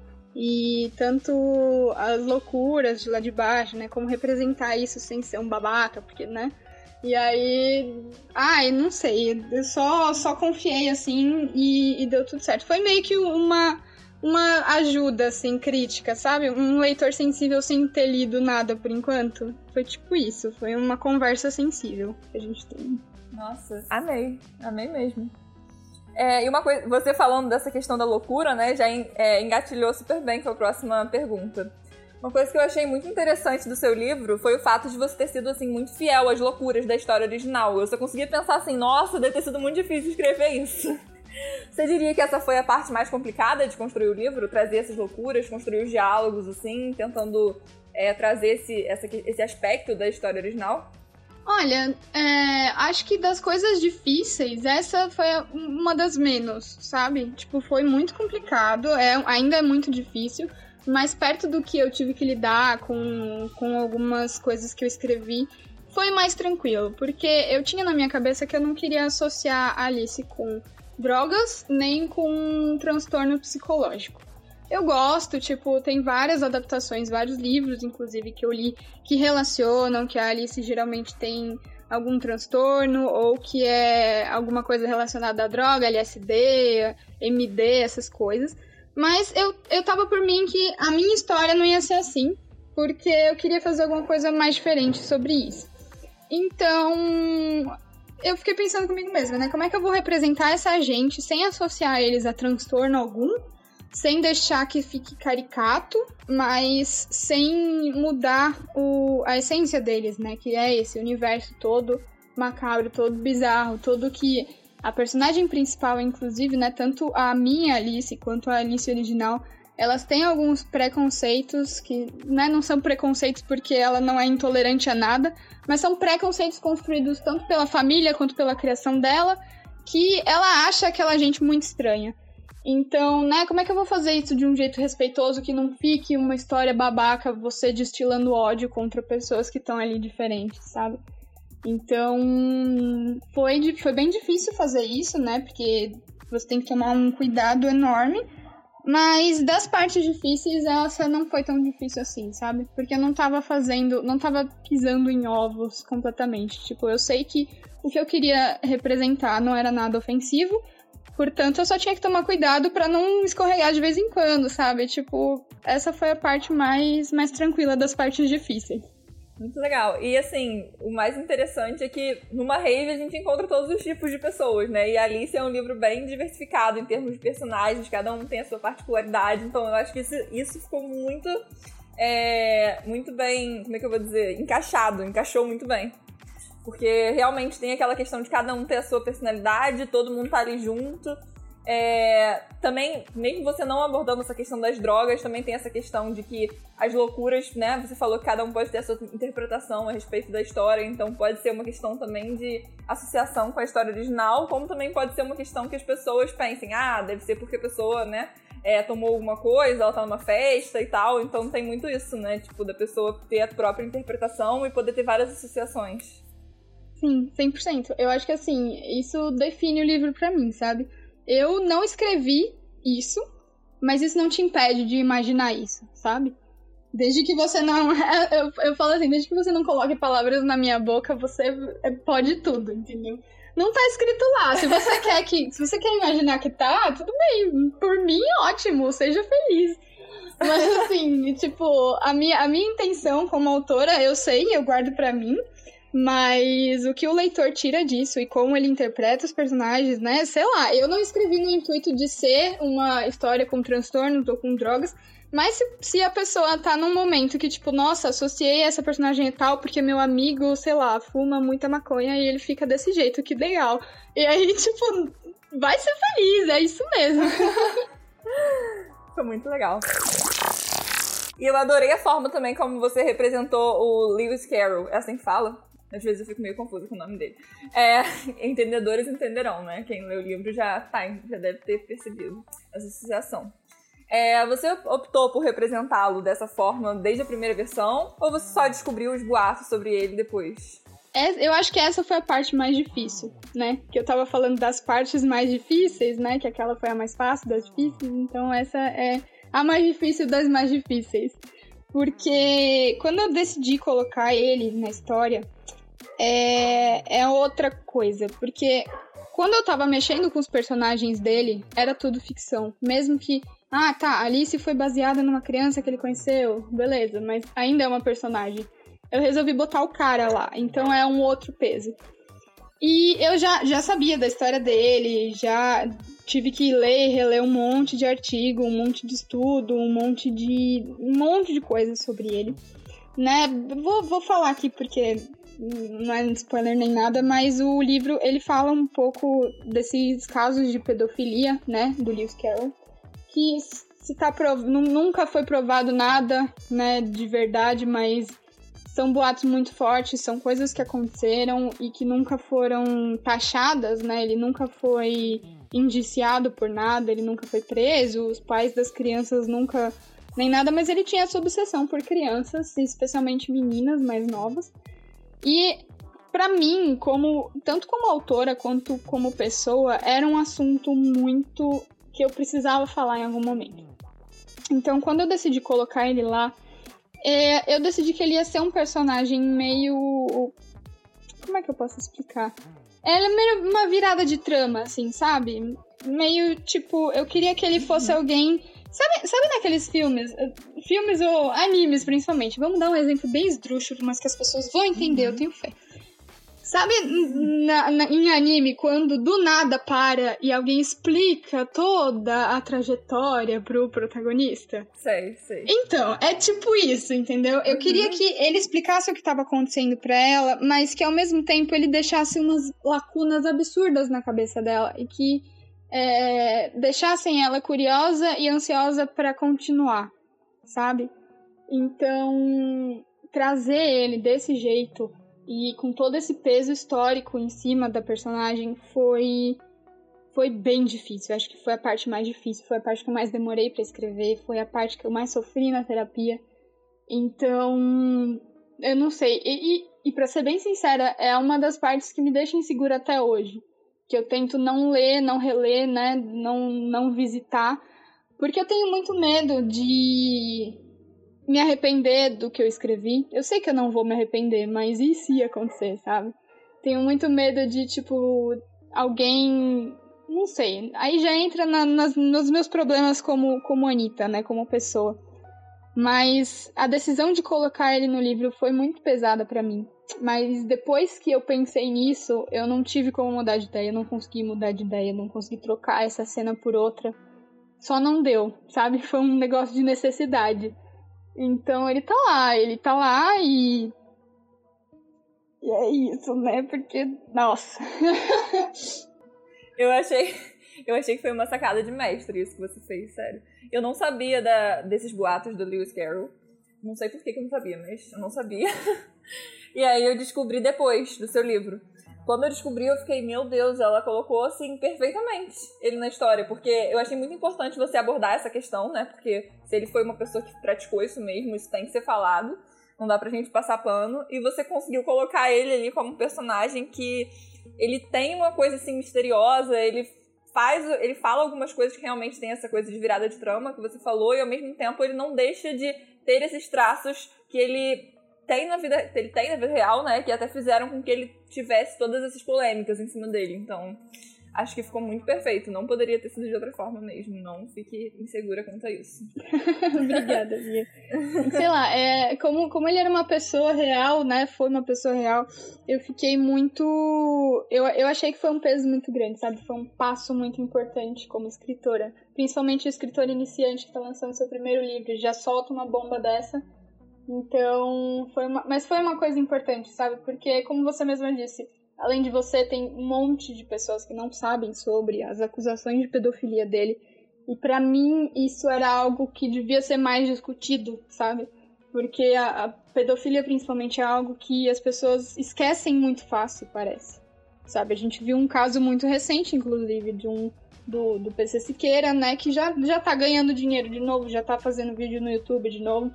E tanto as loucuras de lá de baixo, né? Como representar isso sem ser um babaca, porque, né? E aí... Ai, não sei. Eu só, só confiei, assim, e, e deu tudo certo. Foi meio que uma, uma ajuda, assim, crítica, sabe? Um leitor sensível sem ter lido nada por enquanto. Foi tipo isso. Foi uma conversa sensível que a gente tem. Nossa, amei. Amei mesmo. É, e uma coisa, você falando dessa questão da loucura, né, já é, engatilhou super bem com a próxima pergunta. Uma coisa que eu achei muito interessante do seu livro foi o fato de você ter sido, assim, muito fiel às loucuras da história original. Eu só conseguia pensar assim, nossa, deve ter sido muito difícil escrever isso. Você diria que essa foi a parte mais complicada de construir o livro? Trazer essas loucuras, construir os diálogos, assim, tentando é, trazer esse, essa, esse aspecto da história original? Olha, é, acho que das coisas difíceis, essa foi uma das menos, sabe? Tipo, foi muito complicado, é, ainda é muito difícil, mas perto do que eu tive que lidar com, com algumas coisas que eu escrevi, foi mais tranquilo, porque eu tinha na minha cabeça que eu não queria associar a Alice com drogas, nem com um transtorno psicológico. Eu gosto, tipo, tem várias adaptações, vários livros, inclusive, que eu li que relacionam que a Alice geralmente tem algum transtorno ou que é alguma coisa relacionada à droga, L S D, M D, essas coisas. Mas eu, eu tava por mim que a minha história não ia ser assim, porque eu queria fazer alguma coisa mais diferente sobre isso. Então, eu fiquei pensando comigo mesma, né? Como é que eu vou representar essa gente sem associar eles a transtorno algum? Sem deixar que fique caricato, mas sem mudar o, a essência deles, né? Que é esse universo todo macabro, todo bizarro, todo que a personagem principal, inclusive, né? Tanto a minha Alice quanto a Alice original, elas têm alguns preconceitos que, né, não são preconceitos porque ela não é intolerante a nada, mas são preconceitos construídos tanto pela família quanto pela criação dela, que ela acha aquela gente muito estranha. Então, né, como é que eu vou fazer isso de um jeito respeitoso, que não fique uma história babaca, você destilando ódio contra pessoas que estão ali diferentes, sabe? Então, foi, foi bem difícil fazer isso, né, porque você tem que tomar um cuidado enorme, mas das partes difíceis, essa não foi tão difícil assim, sabe? Porque eu não tava fazendo, não tava pisando em ovos completamente. Tipo, eu sei que o que eu queria representar não era nada ofensivo, portanto, eu só tinha que tomar cuidado pra não escorregar de vez em quando, sabe? Tipo, essa foi a parte mais, mais tranquila das partes difíceis. Muito legal. E, assim, o mais interessante é que numa rave a gente encontra todos os tipos de pessoas, né? E a Alice é um livro bem diversificado em termos de personagens, cada um tem a sua particularidade. Então, eu acho que isso, isso ficou muito, é, muito bem, como é que eu vou dizer? Encaixado, encaixou muito bem. Porque realmente tem aquela questão de cada um ter a sua personalidade, todo mundo tá ali junto. É, também, mesmo você não abordando essa questão das drogas, também tem essa questão de que as loucuras, né? Você falou que cada um pode ter a sua interpretação a respeito da história, então pode ser uma questão também de associação com a história original, como também pode ser uma questão que as pessoas pensem, ah, deve ser porque a pessoa, né, é, tomou alguma coisa, ela tá numa festa e tal, então tem muito isso, né? Tipo, da pessoa ter a própria interpretação e poder ter várias associações. Sim, cem por cento. Eu acho que, assim, isso define o livro pra mim, sabe? Eu não escrevi isso, mas isso não te impede de imaginar isso, sabe? Desde que você não... Eu, eu falo assim, desde que você não coloque palavras na minha boca, você pode tudo, entendeu? Não tá escrito lá. Se você quer que... Se você quer imaginar que tá, tudo bem. Por mim, ótimo. Seja feliz. Mas, assim, tipo, a minha, a minha intenção como autora, eu sei, eu guardo pra mim. Mas o que o leitor tira disso e como ele interpreta os personagens, né? Sei lá, eu não escrevi no intuito de ser uma história com transtornos ou com drogas, mas se, se a pessoa tá num momento que, tipo, nossa, associei essa personagem e tal porque meu amigo, sei lá, fuma muita maconha e ele fica desse jeito, que legal. E aí, tipo, vai ser feliz, é isso mesmo. Foi muito legal. E eu adorei a forma também como você representou o Lewis Carroll, é assim que fala? Às vezes eu fico meio confusa com o nome dele. É, entendedores entenderão, né? Quem lê o livro já, tá, já deve ter percebido essa associação. É, você optou por representá-lo dessa forma desde a primeira versão? Ou você só descobriu os boatos sobre ele depois? É, eu acho que essa foi a parte mais difícil, né? Que eu tava falando das partes mais difíceis, né? Que aquela foi a mais fácil das difíceis. Então essa é a mais difícil das mais difíceis. Porque quando eu decidi colocar ele na história... É, é outra coisa, porque quando eu tava mexendo com os personagens dele, era tudo ficção. Mesmo que, ah, tá, Alice foi baseada numa criança que ele conheceu, beleza, mas ainda é uma personagem. Eu resolvi botar o cara lá, então é um outro peso. E eu já, já sabia da história dele, já tive que ler e reler um monte de artigo, um monte de estudo, um monte de, um monte de coisas sobre ele. Né? Vou, vou falar aqui porque... não é spoiler nem nada, mas o livro, ele fala um pouco desses casos de pedofilia, né, do Lewis Carroll, que se tá prov... nunca foi provado nada, né, de verdade, mas são boatos muito fortes, são coisas que aconteceram e que nunca foram taxadas, né, ele nunca foi indiciado por nada, ele nunca foi preso, os pais das crianças nunca, nem nada, mas ele tinha essa obsessão por crianças, especialmente meninas mais novas. E, pra mim, como, tanto como autora quanto como pessoa, era um assunto muito que eu precisava falar em algum momento. Então, quando eu decidi colocar ele lá, é, eu decidi que ele ia ser um personagem meio... Como é que eu posso explicar? Era meio uma virada de trama, assim, sabe? Meio, tipo, eu queria que ele fosse alguém... Sabe, sabe naqueles filmes, filmes ou animes principalmente, vamos dar um exemplo bem esdrúxulo, mas que as pessoas vão entender, eu tenho fé. Sabe na, na, em anime, quando do nada para e alguém explica toda a trajetória pro protagonista? Sei, sei. Então, é tipo isso, entendeu? Eu uhum. queria que ele explicasse o que estava acontecendo pra ela, mas que ao mesmo tempo ele deixasse umas lacunas absurdas na cabeça dela e que É, deixassem ela curiosa e ansiosa para continuar, sabe? Então, trazer ele desse jeito e com todo esse peso histórico em cima da personagem foi, foi bem difícil. Acho que foi a parte mais difícil, foi a parte que eu mais demorei para escrever, foi a parte que eu mais sofri na terapia. Então, eu não sei. E, e, e para ser bem sincera, é uma das partes que me deixa insegura até hoje. Que eu tento não ler, não reler, né, não, não visitar, porque eu tenho muito medo de me arrepender do que eu escrevi. Eu sei que eu não vou me arrepender, mas e se acontecer, sabe? Tenho muito medo de, tipo, alguém... Não sei, aí já entra na, nas, nos meus problemas como, como Anitta, né, como pessoa. Mas a decisão de colocar ele no livro foi muito pesada pra mim. Mas depois que eu pensei nisso, eu não tive como mudar de ideia, eu não consegui mudar de ideia, eu não consegui trocar essa cena por outra. Só não deu, sabe? Foi um negócio de necessidade. Então ele tá lá, ele tá lá e... E é isso, né? Porque, nossa. Eu achei, eu achei que foi uma sacada de mestre isso que você fez, sério. Eu não sabia da, desses boatos do Lewis Carroll. Não sei por que que eu não sabia, mas eu não sabia. E aí eu descobri depois do seu livro. Quando eu descobri, eu fiquei, meu Deus, ela colocou, assim, perfeitamente ele na história. Porque eu achei muito importante você abordar essa questão, né? Porque se ele foi uma pessoa que praticou isso mesmo, isso tem que ser falado. Não dá pra gente passar pano. E você conseguiu colocar ele ali como um personagem que... ele tem uma coisa, assim, misteriosa. Ele faz... ele fala algumas coisas que realmente tem essa coisa de virada de trama que você falou. E, ao mesmo tempo, ele não deixa de ter esses traços que ele... tem na vida, ele tem na vida real, né? Que até fizeram com que ele tivesse todas essas polêmicas em cima dele. Então, acho que ficou muito perfeito. Não poderia ter sido de outra forma mesmo. Não fique insegura quanto a isso. Obrigada, Bia. Sei lá, é, como, como ele era uma pessoa real, né? Foi uma pessoa real. Eu fiquei muito... Eu, eu achei que foi um peso muito grande, sabe? Foi um passo muito importante como escritora. Principalmente o escritor iniciante que tá lançando seu primeiro livro. Já solta uma bomba dessa. Então, foi uma... mas foi uma coisa importante, sabe? Porque, como você mesma disse, além de você, tem um monte de pessoas que não sabem sobre as acusações de pedofilia dele. E pra mim, isso era algo que devia ser mais discutido, sabe? Porque a, a pedofilia, principalmente, é algo que as pessoas esquecem muito fácil, parece. Sabe? A gente viu um caso muito recente, inclusive, de um... do, do P C Siqueira, né? Que já, já tá ganhando dinheiro de novo, já tá fazendo vídeo no YouTube de novo.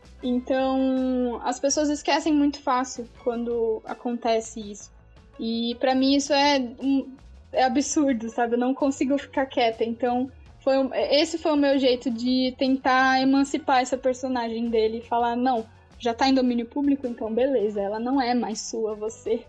Então, as pessoas esquecem muito fácil quando acontece isso. E pra mim isso é, um, é absurdo, sabe? Eu não consigo ficar quieta. Então, foi, esse foi o meu jeito de tentar emancipar essa personagem dele e falar, não, já tá em domínio público, então beleza, ela não é mais sua, você...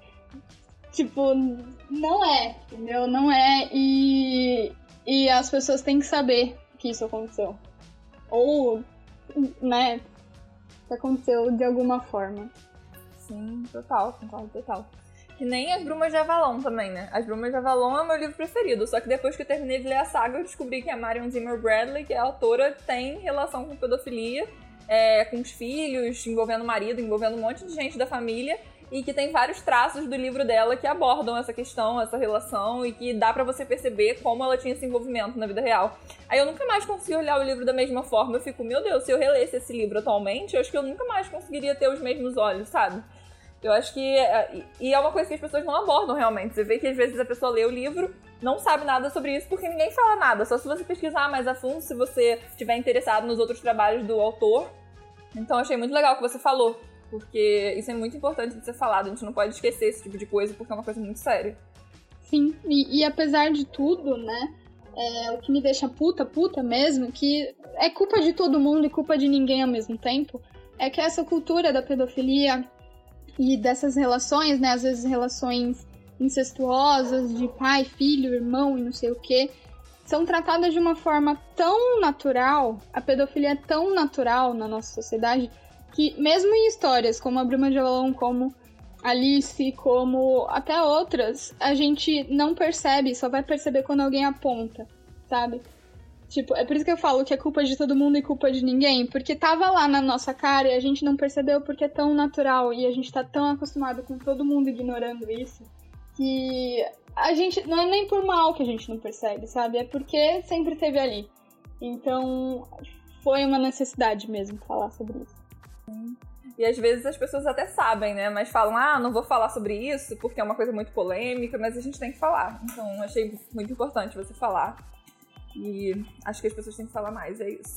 Tipo, não é, entendeu? Não é, e, e as pessoas têm que saber que isso aconteceu. Ou, né... que aconteceu de alguma forma. Sim, total, concordo, total. Que nem As Brumas de Avalon também, né? As Brumas de Avalon é o meu livro preferido, só que depois que eu terminei de ler a saga, eu descobri que a Marion Zimmer Bradley, que é a autora, tem relação com pedofilia, é, com os filhos, envolvendo o marido, envolvendo um monte de gente da família, e que tem vários traços do livro dela que abordam essa questão, essa relação, e que dá pra você perceber como ela tinha esse envolvimento na vida real. Aí eu nunca mais consegui olhar o livro da mesma forma. Eu fico, meu Deus, se eu relesse esse livro atualmente, eu acho que eu nunca mais conseguiria ter os mesmos olhos, sabe? Eu acho que... E é uma coisa que as pessoas não abordam realmente. Você vê que às vezes a pessoa lê o livro, não sabe nada sobre isso, porque ninguém fala nada. Só se você pesquisar mais a fundo, se você estiver interessado nos outros trabalhos do autor. Então achei muito legal o que você falou. Porque isso é muito importante de ser falado. A gente não pode esquecer esse tipo de coisa, porque é uma coisa muito séria. Sim, e, e apesar de tudo, né, é, o que me deixa puta, puta mesmo, que é culpa de todo mundo e culpa de ninguém ao mesmo tempo, é que essa cultura da pedofilia e dessas relações, né, às vezes relações incestuosas, de pai, filho, irmão e não sei o quê, são tratadas de uma forma tão natural, a pedofilia é tão natural na nossa sociedade, que mesmo em histórias como A Bruma de Avalon, como Alice, como até outras, a gente não percebe, só vai perceber quando alguém aponta, sabe? Tipo, é por isso que eu falo que é culpa de todo mundo e culpa de ninguém, porque tava lá na nossa cara e a gente não percebeu porque é tão natural e a gente tá tão acostumado com todo mundo ignorando isso, que a gente, não é nem por mal que a gente não percebe, sabe? É porque sempre esteve ali. Então, foi uma necessidade mesmo falar sobre isso. E às vezes as pessoas até sabem, né? Mas falam, ah, não vou falar sobre isso porque é uma coisa muito polêmica, mas a gente tem que falar. Então, achei muito importante você falar. E acho que as pessoas têm que falar mais, é isso.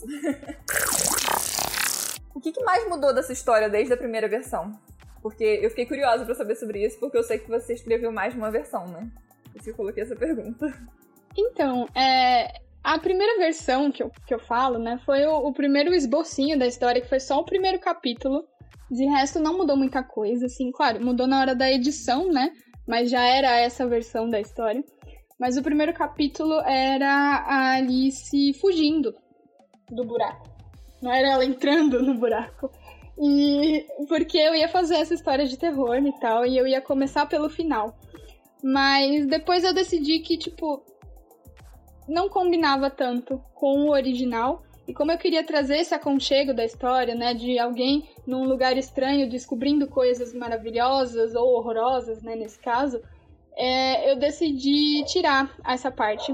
O que, que mais mudou dessa história desde a primeira versão? Porque eu fiquei curiosa pra saber sobre isso, porque eu sei que você escreveu mais de uma versão, né? Por isso que eu coloquei essa pergunta. Então, é... a primeira versão que eu, que eu falo, né, foi o, o primeiro esbocinho da história, que foi só o primeiro capítulo. De resto, não mudou muita coisa, assim, claro, mudou na hora da edição, né, mas já era essa versão da história. Mas o primeiro capítulo era a Alice fugindo do buraco, não era ela entrando no buraco. E porque eu ia fazer essa história de terror e tal, e eu ia começar pelo final. Mas depois eu decidi que, tipo, não combinava tanto com o original E como eu queria trazer esse aconchego da história, né, de alguém num lugar estranho descobrindo coisas maravilhosas ou horrorosas, né, nesse caso, é, eu decidi tirar essa parte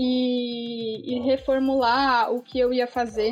e, e reformular o que eu ia fazer,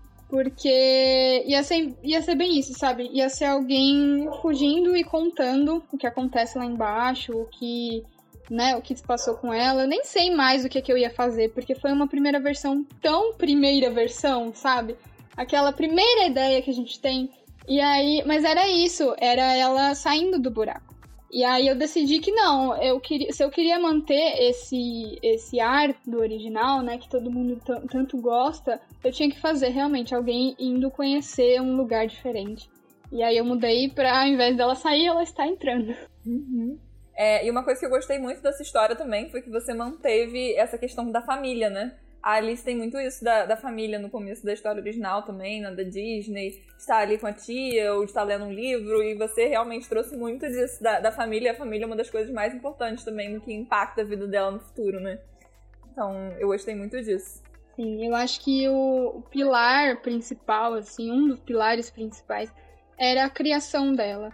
porque ia ser, ia ser bem isso, sabe? Ia ser alguém fugindo e contando o que acontece lá embaixo, o que, né, o que se passou com ela. Eu nem sei mais o que, que eu ia fazer, porque foi uma primeira versão tão primeira versão, sabe? Aquela primeira ideia que a gente tem. E aí, mas era isso, era ela saindo do buraco. E aí eu decidi que não, eu queria, se eu queria manter esse, esse ar do original, né, que todo mundo t- tanto gosta, eu tinha que fazer realmente alguém indo conhecer um lugar diferente. E aí eu mudei pra, ao invés dela sair, ela está entrando. Uhum. É, e uma coisa que eu gostei muito dessa história também foi que você manteve essa questão da família, né? A Alice tem muito isso da, da família no começo da história original também, né, da Disney, estar ali com a tia ou estar lendo um livro, e você realmente trouxe muito disso da, da família. A família é uma das coisas mais importantes também no que impacta a vida dela no futuro, né? Então, eu gostei muito disso. Sim, eu acho que o, o pilar principal, assim, um dos pilares principais era a criação dela.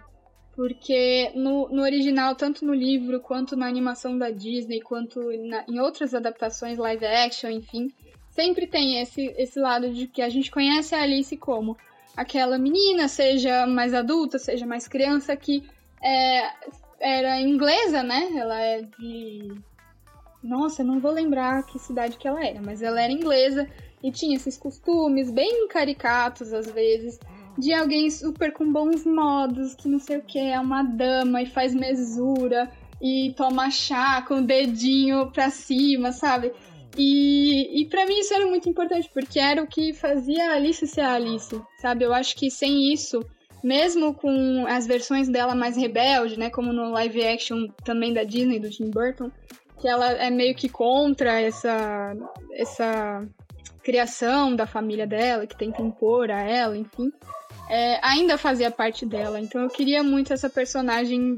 Porque no, no original, tanto no livro, quanto na animação da Disney, quanto na, em outras adaptações, live action, enfim, sempre tem esse, esse lado de que a gente conhece a Alice como aquela menina, seja mais adulta, seja mais criança, que é, era inglesa, né? Ela é de... Nossa, eu não vou lembrar que cidade que ela era, mas ela era inglesa e tinha esses costumes bem caricatos, às vezes, de alguém super com bons modos, que não sei o que, é uma dama e faz mesura e toma chá com o dedinho pra cima, sabe? E, e pra mim isso era muito importante, porque era o que fazia a Alice ser a Alice, sabe? Eu acho que sem isso, mesmo com as versões dela mais rebelde, né, como no live action também da Disney, do Tim Burton, que ela é meio que contra essa, essa criação da família dela, que tenta impor a ela, enfim... É, ainda fazia parte dela, então eu queria muito essa personagem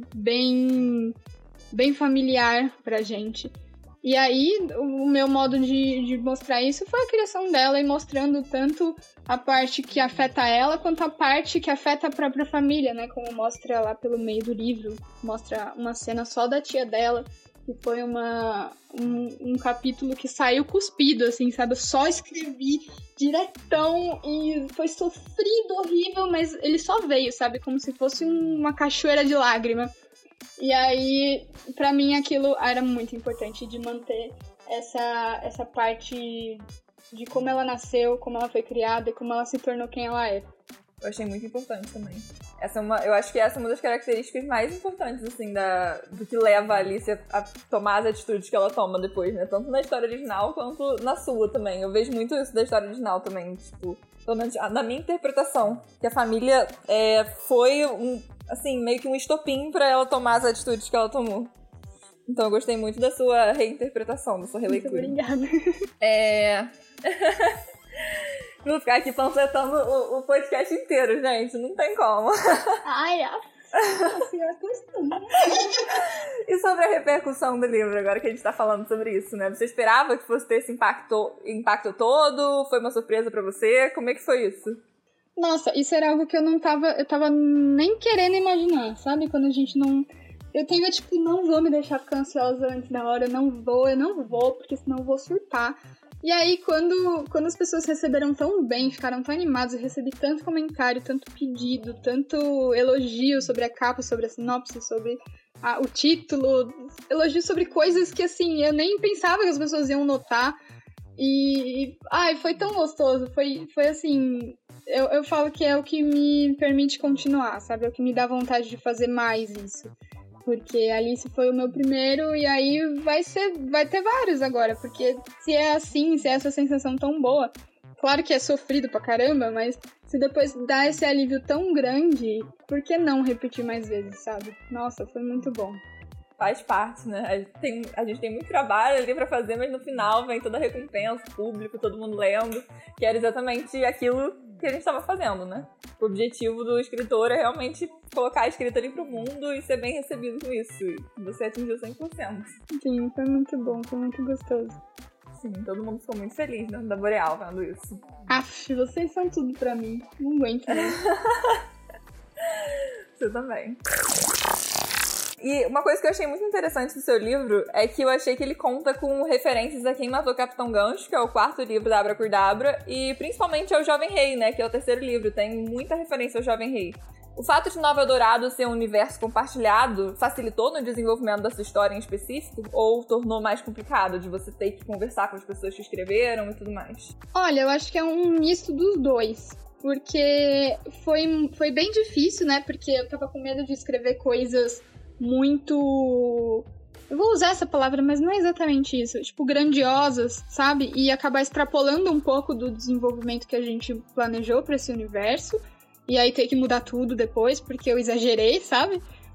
bem, bem familiar pra gente. E aí, o meu modo de, de mostrar isso foi a criação dela e mostrando tanto a parte que afeta ela, quanto a parte que afeta a própria família, né? Como mostra lá pelo meio do livro, mostra uma cena só da tia dela, que foi uma, um, um capítulo que saiu cuspido, assim, sabe? Eu só escrevi diretão e foi sofrido, horrível, mas ele só veio, sabe? Como se fosse uma cachoeira de lágrima. E aí, pra mim, aquilo era muito importante, de manter essa, essa parte de como ela nasceu, como ela foi criada e como ela se tornou quem ela é. Eu achei muito importante também. Essa é uma, eu acho que essa é uma das características mais importantes, assim, da, do que leva a Alice a, a tomar as atitudes que ela toma depois, né? Tanto na história original quanto na sua também. Eu vejo muito isso da história original também, tipo, pelo menos na minha interpretação, que a família é, foi, um, assim, meio que um estopim pra ela tomar as atitudes que ela tomou. Então eu gostei muito da sua reinterpretação, da sua releitura. Muito obrigada. É... Vou ficar aqui panfletando o, o podcast inteiro, gente. Não tem como. Ai, a senhora costuma. E sobre a repercussão do livro, agora que a gente tá falando sobre isso, né? Você esperava que fosse ter esse impacto, impacto todo? Foi uma surpresa pra você? Como é que foi isso? Nossa, isso era algo que eu não tava... Eu tava nem querendo imaginar, sabe? Quando a gente não... Eu tava tipo, não vou me deixar ficar ansiosa antes da hora. Eu não vou, eu não vou, porque senão eu vou surtar. E aí, quando, quando as pessoas receberam tão bem, ficaram tão animadas, eu recebi tanto comentário, tanto pedido, tanto elogio sobre a capa, sobre a sinopse, sobre a, o título, elogio sobre coisas que, assim, eu nem pensava que as pessoas iam notar. E, e ai, foi tão gostoso, foi, foi assim, eu, eu falo que é o que me permite continuar, sabe? É o que me dá vontade de fazer mais isso. Porque Alice foi o meu primeiro e aí vai ser, vai ter vários agora, porque se é assim, se é essa sensação tão boa, claro que é sofrido pra caramba, mas se depois dá esse alívio tão grande, por que não repetir mais vezes, sabe? Nossa, foi muito bom. Faz parte, né? A gente, tem, a gente tem muito trabalho ali pra fazer, mas no final vem toda a recompensa, o público, todo mundo lendo, que era exatamente aquilo que a gente tava fazendo, né? O objetivo do escritor é realmente colocar a escrita ali pro mundo e ser bem recebido com isso. E você atingiu cem por cento. Sim, foi muito bom, foi muito gostoso. assim. Todo mundo ficou muito feliz dentro da Boreal vendo isso. Aff, vocês são tudo pra mim. Não aguento mais. Você também. E uma coisa que eu achei muito interessante do seu livro é que eu achei que ele conta com referências a Quem Matou o Capitão Gancho, que é o quarto livro da Abracurdabra, e principalmente ao Jovem Rei, né, que é o terceiro livro. Tem muita referência ao Jovem Rei. O fato de Nova Eldorado ser um universo compartilhado facilitou no desenvolvimento dessa história em específico? Ou tornou mais complicado de você ter que conversar com as pessoas que escreveram e tudo mais? Olha, eu acho que é um misto dos dois. Porque foi, foi bem difícil, né? Porque eu tava com medo de escrever coisas muito... Eu vou usar essa palavra, mas não é exatamente isso. Tipo, grandiosas, sabe? E acabar extrapolando um pouco do desenvolvimento que a gente planejou pra esse universo. E aí ter que mudar tudo depois, porque eu exagerei, sabe?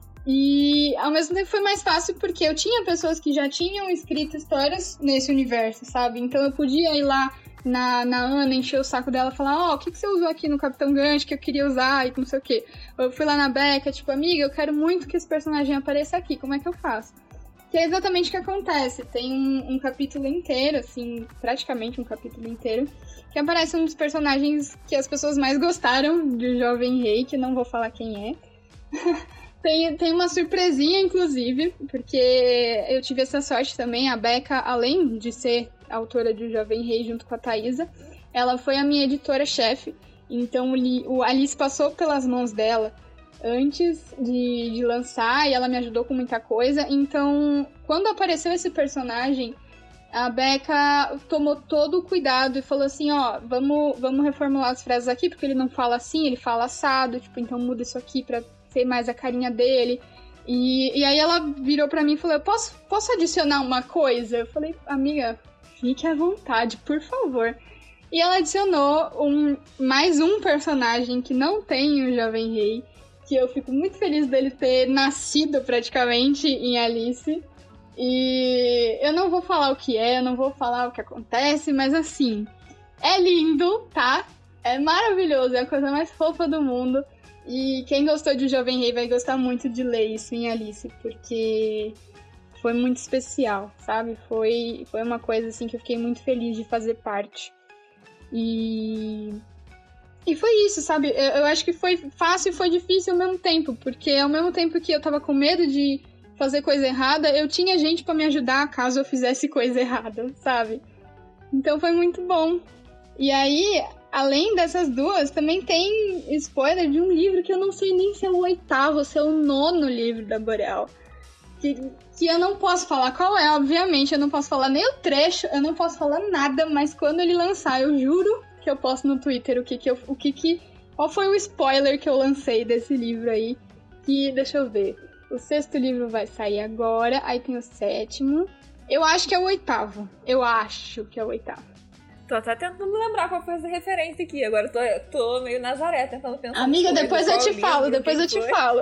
E ao mesmo tempo foi mais fácil porque eu tinha pessoas que já tinham escrito histórias nesse universo, sabe? Então eu podia ir lá na, na Ana, encher o saco dela e falar, ó, oh, o que, que você usou aqui no Capitão Gancho que eu queria usar e não sei o quê. Eu fui lá na Becca, tipo, amiga, eu quero muito que esse personagem apareça aqui, como é que eu faço? Que é exatamente o que acontece. Tem um, um capítulo inteiro, assim, praticamente um capítulo inteiro, que aparece um dos personagens que as pessoas mais gostaram de Jovem Rei, que não vou falar quem é. tem, tem uma surpresinha, inclusive, porque eu tive essa sorte também. A Becca, além de ser autora de Jovem Rei junto com a Thaisa, ela foi a minha editora-chefe. Então o Alice passou pelas mãos dela antes de, de lançar, e ela me ajudou com muita coisa. Então, quando apareceu esse personagem, a Becca tomou todo o cuidado e falou assim, ó, vamos, vamos reformular as frases aqui, porque ele não fala assim, ele fala assado, tipo, então muda isso aqui pra ser mais a carinha dele. E, e aí ela virou pra mim e falou, posso, posso adicionar uma coisa? Eu falei, amiga, fique à vontade, por favor. E ela adicionou um, mais um personagem que não tem o Jovem Rei, que eu fico muito feliz dele ter nascido praticamente em Alice. E eu não vou falar o que é, eu não vou falar o que acontece, mas assim, é lindo, tá? É maravilhoso, é a coisa mais fofa do mundo. E quem gostou de Jovem Rei vai gostar muito de ler isso em Alice, porque foi muito especial, sabe? Foi, foi uma coisa assim que eu fiquei muito feliz de fazer parte. E... E foi isso, sabe? Eu, eu acho que foi fácil e foi difícil ao mesmo tempo, porque ao mesmo tempo que eu tava com medo de fazer coisa errada, eu tinha gente pra me ajudar caso eu fizesse coisa errada, sabe? Então foi muito bom. E aí, além dessas duas, também tem spoiler de um livro que eu não sei nem se é o oitavo ou se é o nono livro da Boreal. Que, que eu não posso falar qual é, obviamente, eu não posso falar nem o trecho, eu não posso falar nada, mas quando ele lançar, eu juro que eu posto no Twitter o que que eu... O que que, qual foi o spoiler que eu lancei desse livro aí. Que, deixa eu ver... O sexto livro vai sair agora, aí tem o sétimo. Eu acho que é o oitavo. Eu acho que é o oitavo. Tô até tentando lembrar qual foi essa referência aqui. Agora eu tô, tô meio Nazaré tentando pensar. Amiga, depois eu te falo, depois eu te falo.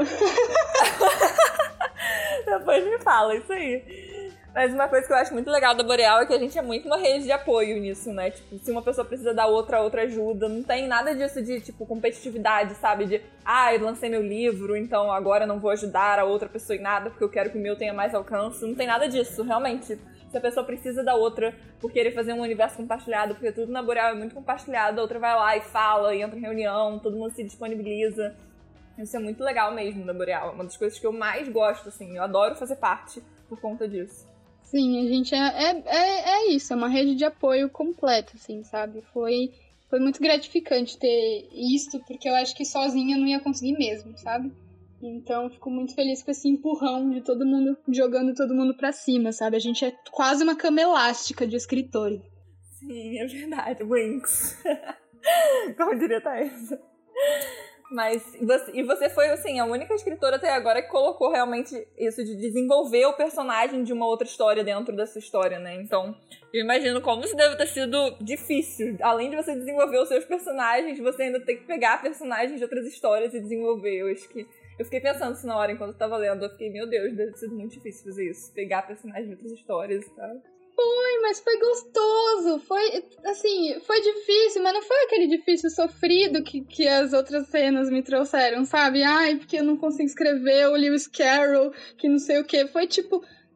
Depois me fala, isso aí. Mas uma coisa que eu acho muito legal da Boreal é que a gente é muito uma rede de apoio nisso, né? Tipo, se uma pessoa precisa da outra, a outra ajuda. Não tem nada disso de, tipo, competitividade, sabe? De, ah, eu lancei meu livro, então agora não vou ajudar a outra pessoa em nada porque eu quero que o meu tenha mais alcance. Não tem nada disso, realmente. Se a pessoa precisa da outra por querer fazer um universo compartilhado, porque tudo na Boreal é muito compartilhado, a outra vai lá e fala, e entra em reunião, todo mundo se disponibiliza. Isso é muito legal mesmo da Boreal. É uma das coisas que eu mais gosto, assim. Eu adoro fazer parte por conta disso. Sim, a gente é, é, é, é isso, é uma rede de apoio completa, assim, sabe? Foi, foi muito gratificante ter isso, porque eu acho que sozinha eu não ia conseguir mesmo, sabe? Então, eu fico muito feliz com esse empurrão de todo mundo, jogando todo mundo pra cima, sabe? A gente é quase uma cama elástica de escritores. Sim, é verdade, Winx. Como diria Thaisa. Mas, você, e você foi, assim, a única escritora até agora que colocou realmente isso de desenvolver o personagem de uma outra história dentro da sua história, né? Então, eu imagino como isso deve ter sido difícil. Além de você desenvolver os seus personagens, você ainda tem que pegar personagens de outras histórias e desenvolver. Eu acho que... Eu fiquei pensando isso na hora, enquanto eu tava lendo. Eu fiquei, meu Deus, deve ter sido muito difícil fazer isso. Pegar personagens de outras histórias e tal. Foi, mas foi gostoso. Foi, assim, foi difícil, mas não foi aquele difícil sofrido que, que as outras cenas me trouxeram, sabe? Ai, porque eu não consigo escrever o Lewis Carroll, que não sei o quê. Foi tipo,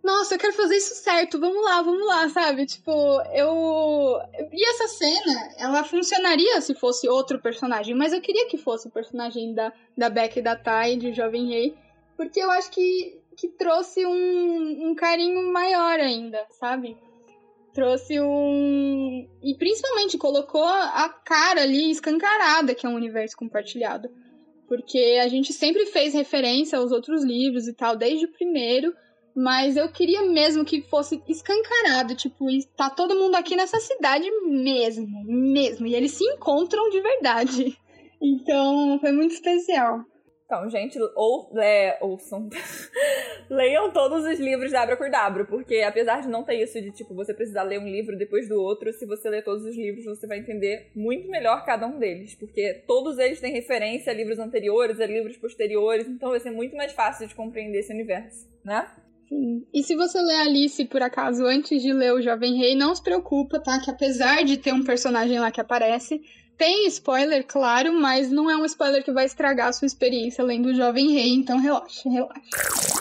nossa, eu quero fazer isso certo, vamos lá, vamos lá, sabe? Tipo, eu... E essa cena, ela funcionaria se fosse outro personagem, mas eu queria que fosse o personagem da, da Beca e da Tai, de Jovem Rei, porque eu acho que, que trouxe um, um carinho maior ainda, sabe? Trouxe um... E principalmente colocou a cara ali escancarada, que é um universo compartilhado. Porque a gente sempre fez referência aos outros livros e tal, desde o primeiro, mas eu queria mesmo que fosse escancarado, tipo, tá todo mundo aqui nessa cidade mesmo, mesmo, e eles se encontram de verdade. Então, foi muito especial. Então, gente, ou, é, ouçam, leiam todos os livros da Abracadabra, porque apesar de não ter isso de, tipo, você precisar ler um livro depois do outro, se você ler todos os livros, você vai entender muito melhor cada um deles, porque todos eles têm referência a livros anteriores, a livros posteriores, então vai ser muito mais fácil de compreender esse universo, né? Sim. E se você ler Alice, por acaso, antes de ler o Jovem Rei, não se preocupa, tá? Que apesar de ter um personagem lá que aparece... Tem spoiler, claro, mas não é um spoiler que vai estragar a sua experiência lendo o Jovem Rei, então relaxa, relaxa.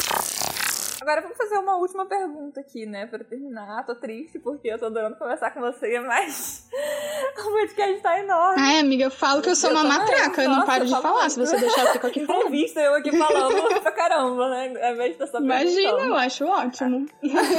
Agora vamos fazer uma última pergunta aqui, né, pra terminar. Tô triste porque eu tô adorando conversar com você, mas o podcast tá enorme. Ai, amiga, eu falo que eu sou eu uma matraca, eu não paro de falar, muito. Se você deixar eu fico aqui falando. Entrevista eu aqui falando pra caramba, né, ao invés de estar Imagina, eu acho ótimo.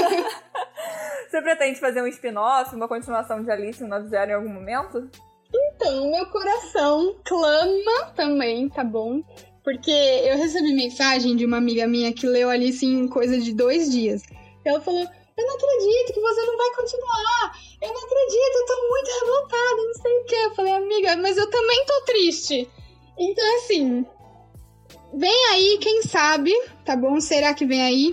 Você pretende fazer um spin-off, uma continuação de Alice no Nove Zero em algum momento? Então, meu coração clama também, tá bom? Porque eu recebi mensagem de uma amiga minha que leu Alice em coisa de dois dias. E ela falou, eu não acredito que você não vai continuar. Eu não acredito, eu tô muito revoltada, não sei o quê. Eu falei, amiga, mas eu também tô triste. Então, assim, vem aí, quem sabe, tá bom? Será que vem aí?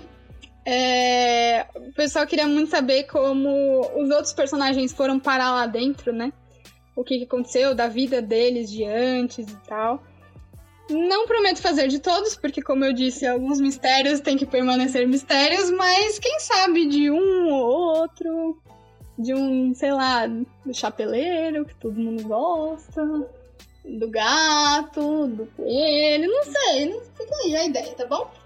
É... O pessoal queria muito saber como os outros personagens foram parar lá dentro, né? O que aconteceu da vida deles de antes e tal. Não prometo fazer de todos, porque, como eu disse, alguns mistérios têm que permanecer mistérios, mas quem sabe de um ou outro, de um, sei lá, do chapeleiro, que todo mundo gosta, do gato, do coelho, não sei, não fica aí a ideia, tá bom?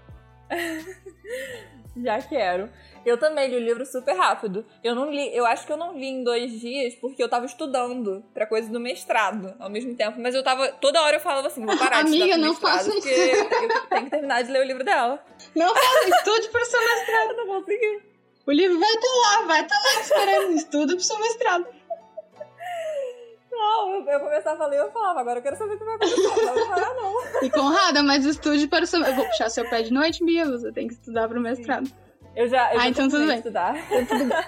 Já quero. Eu também li o livro super rápido. Eu não li, eu acho que eu não li em dois dias porque eu tava estudando pra coisa do mestrado ao mesmo tempo. Mas eu tava, toda hora eu falava assim, vou parar de Amiga, estudar pro não mestrado faça porque isso. eu tenho que terminar de ler o livro dela. Não faça, estude pro seu mestrado. Eu não consegui. O livro vai estar lá, vai estar lá esperando. Estuda pro seu mestrado. Não, eu, eu começava a ler e eu falava, agora eu quero saber o que vai acontecer. Não vou parar, não. E Conrada, mas estude para o seu... Eu vou puxar seu pé de noite, Bia, você tem que estudar pro mestrado. Sim. Eu já, eu ah, já então tudo bem. estudar. Então tudo bem.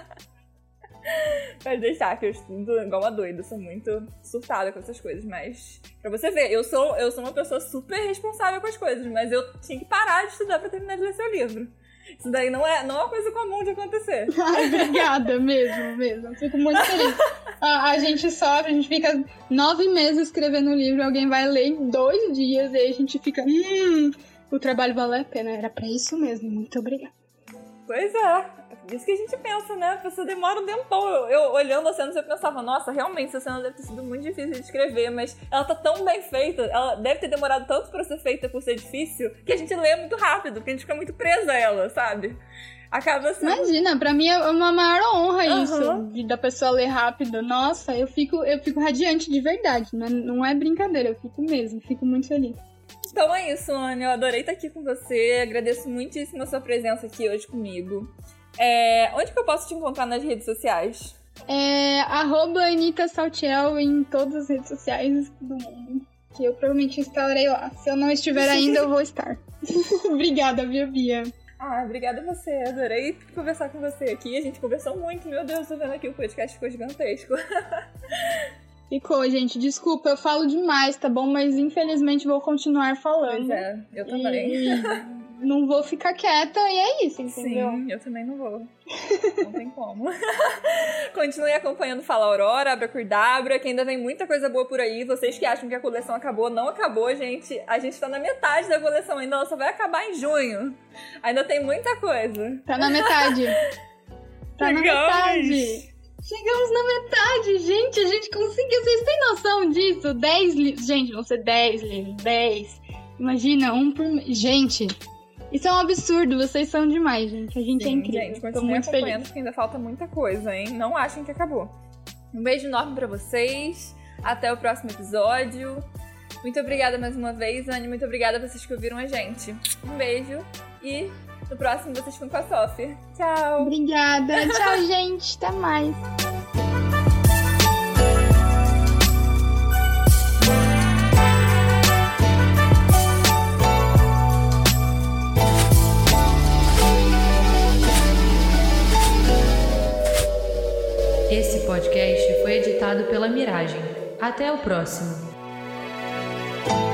Pode deixar, que eu estudo igual uma doida. Eu sou muito surtada com essas coisas. Mas, pra você ver, eu sou, eu sou uma pessoa super responsável com as coisas. Mas eu tinha que parar de estudar pra terminar de ler seu livro. Isso daí não é, não é uma coisa comum de acontecer. Ai, obrigada, mesmo, mesmo. Eu fico muito feliz. A, a gente sofre, a gente fica nove meses escrevendo o livro, alguém vai ler em dois dias, e aí a gente fica, hum, o trabalho valeu a pena. Era pra isso mesmo, muito obrigada. Pois é. É isso que a gente pensa, né? A pessoa demora um tempão. Eu, eu olhando a cena, eu pensava, nossa, realmente, essa cena deve ter sido muito difícil de escrever, mas ela tá tão bem feita, ela deve ter demorado tanto pra ser feita por ser difícil, que a gente lê muito rápido, porque a gente fica muito presa a ela, sabe? Acaba assim. Imagina, pra mim é uma maior honra uhum. isso, de, da pessoa ler rápido. Nossa, eu fico, eu fico radiante de verdade, não é, não é brincadeira, eu fico mesmo, fico muito feliz. Então é isso, Anne, eu adorei estar aqui com você, agradeço muitíssimo a sua presença aqui hoje comigo. É, onde que eu posso te encontrar nas redes sociais? É arroba Anitta Saltiel em todas as redes sociais do mundo, que eu provavelmente estarei lá. Se eu não estiver ainda, eu vou estar. Obrigada, Bia Bia. Ah, obrigada a você, adorei conversar com você aqui, a gente conversou muito, meu Deus, tô vendo aqui o podcast ficou gigantesco. Ficou, gente, desculpa, eu falo demais, tá bom? Mas infelizmente vou continuar falando. Pois é, eu também. E não vou ficar quieta e é isso, entendeu? Sim, eu também não vou. Não tem como. Continue acompanhando Fala Aurora, Abracadabra, que ainda vem muita coisa boa por aí. Vocês que acham que a coleção acabou, não acabou, gente. A gente tá na metade da coleção ainda, ela só vai acabar em junho. Ainda tem muita coisa. Tá na metade. Tá na metade. Chegamos na metade, gente, a gente conseguiu, vocês têm noção disso? dez livros, gente, vão ser dez livros, dez. Imagina, um por mês. Gente, Isso é um absurdo, vocês são demais, gente. A gente Sim, é incrível. Gente, Tô continue muito acompanhando feliz. porque ainda falta muita coisa, hein? Não achem que acabou. Um beijo enorme pra vocês. Até o próximo episódio. Muito obrigada mais uma vez, Anne. Muito obrigada a vocês que ouviram a gente. Um beijo e no próximo vocês ficam com a Sophie. Tchau! Obrigada. Tchau, gente. Até mais. Esse podcast foi editado pela Miragem. Até o próximo.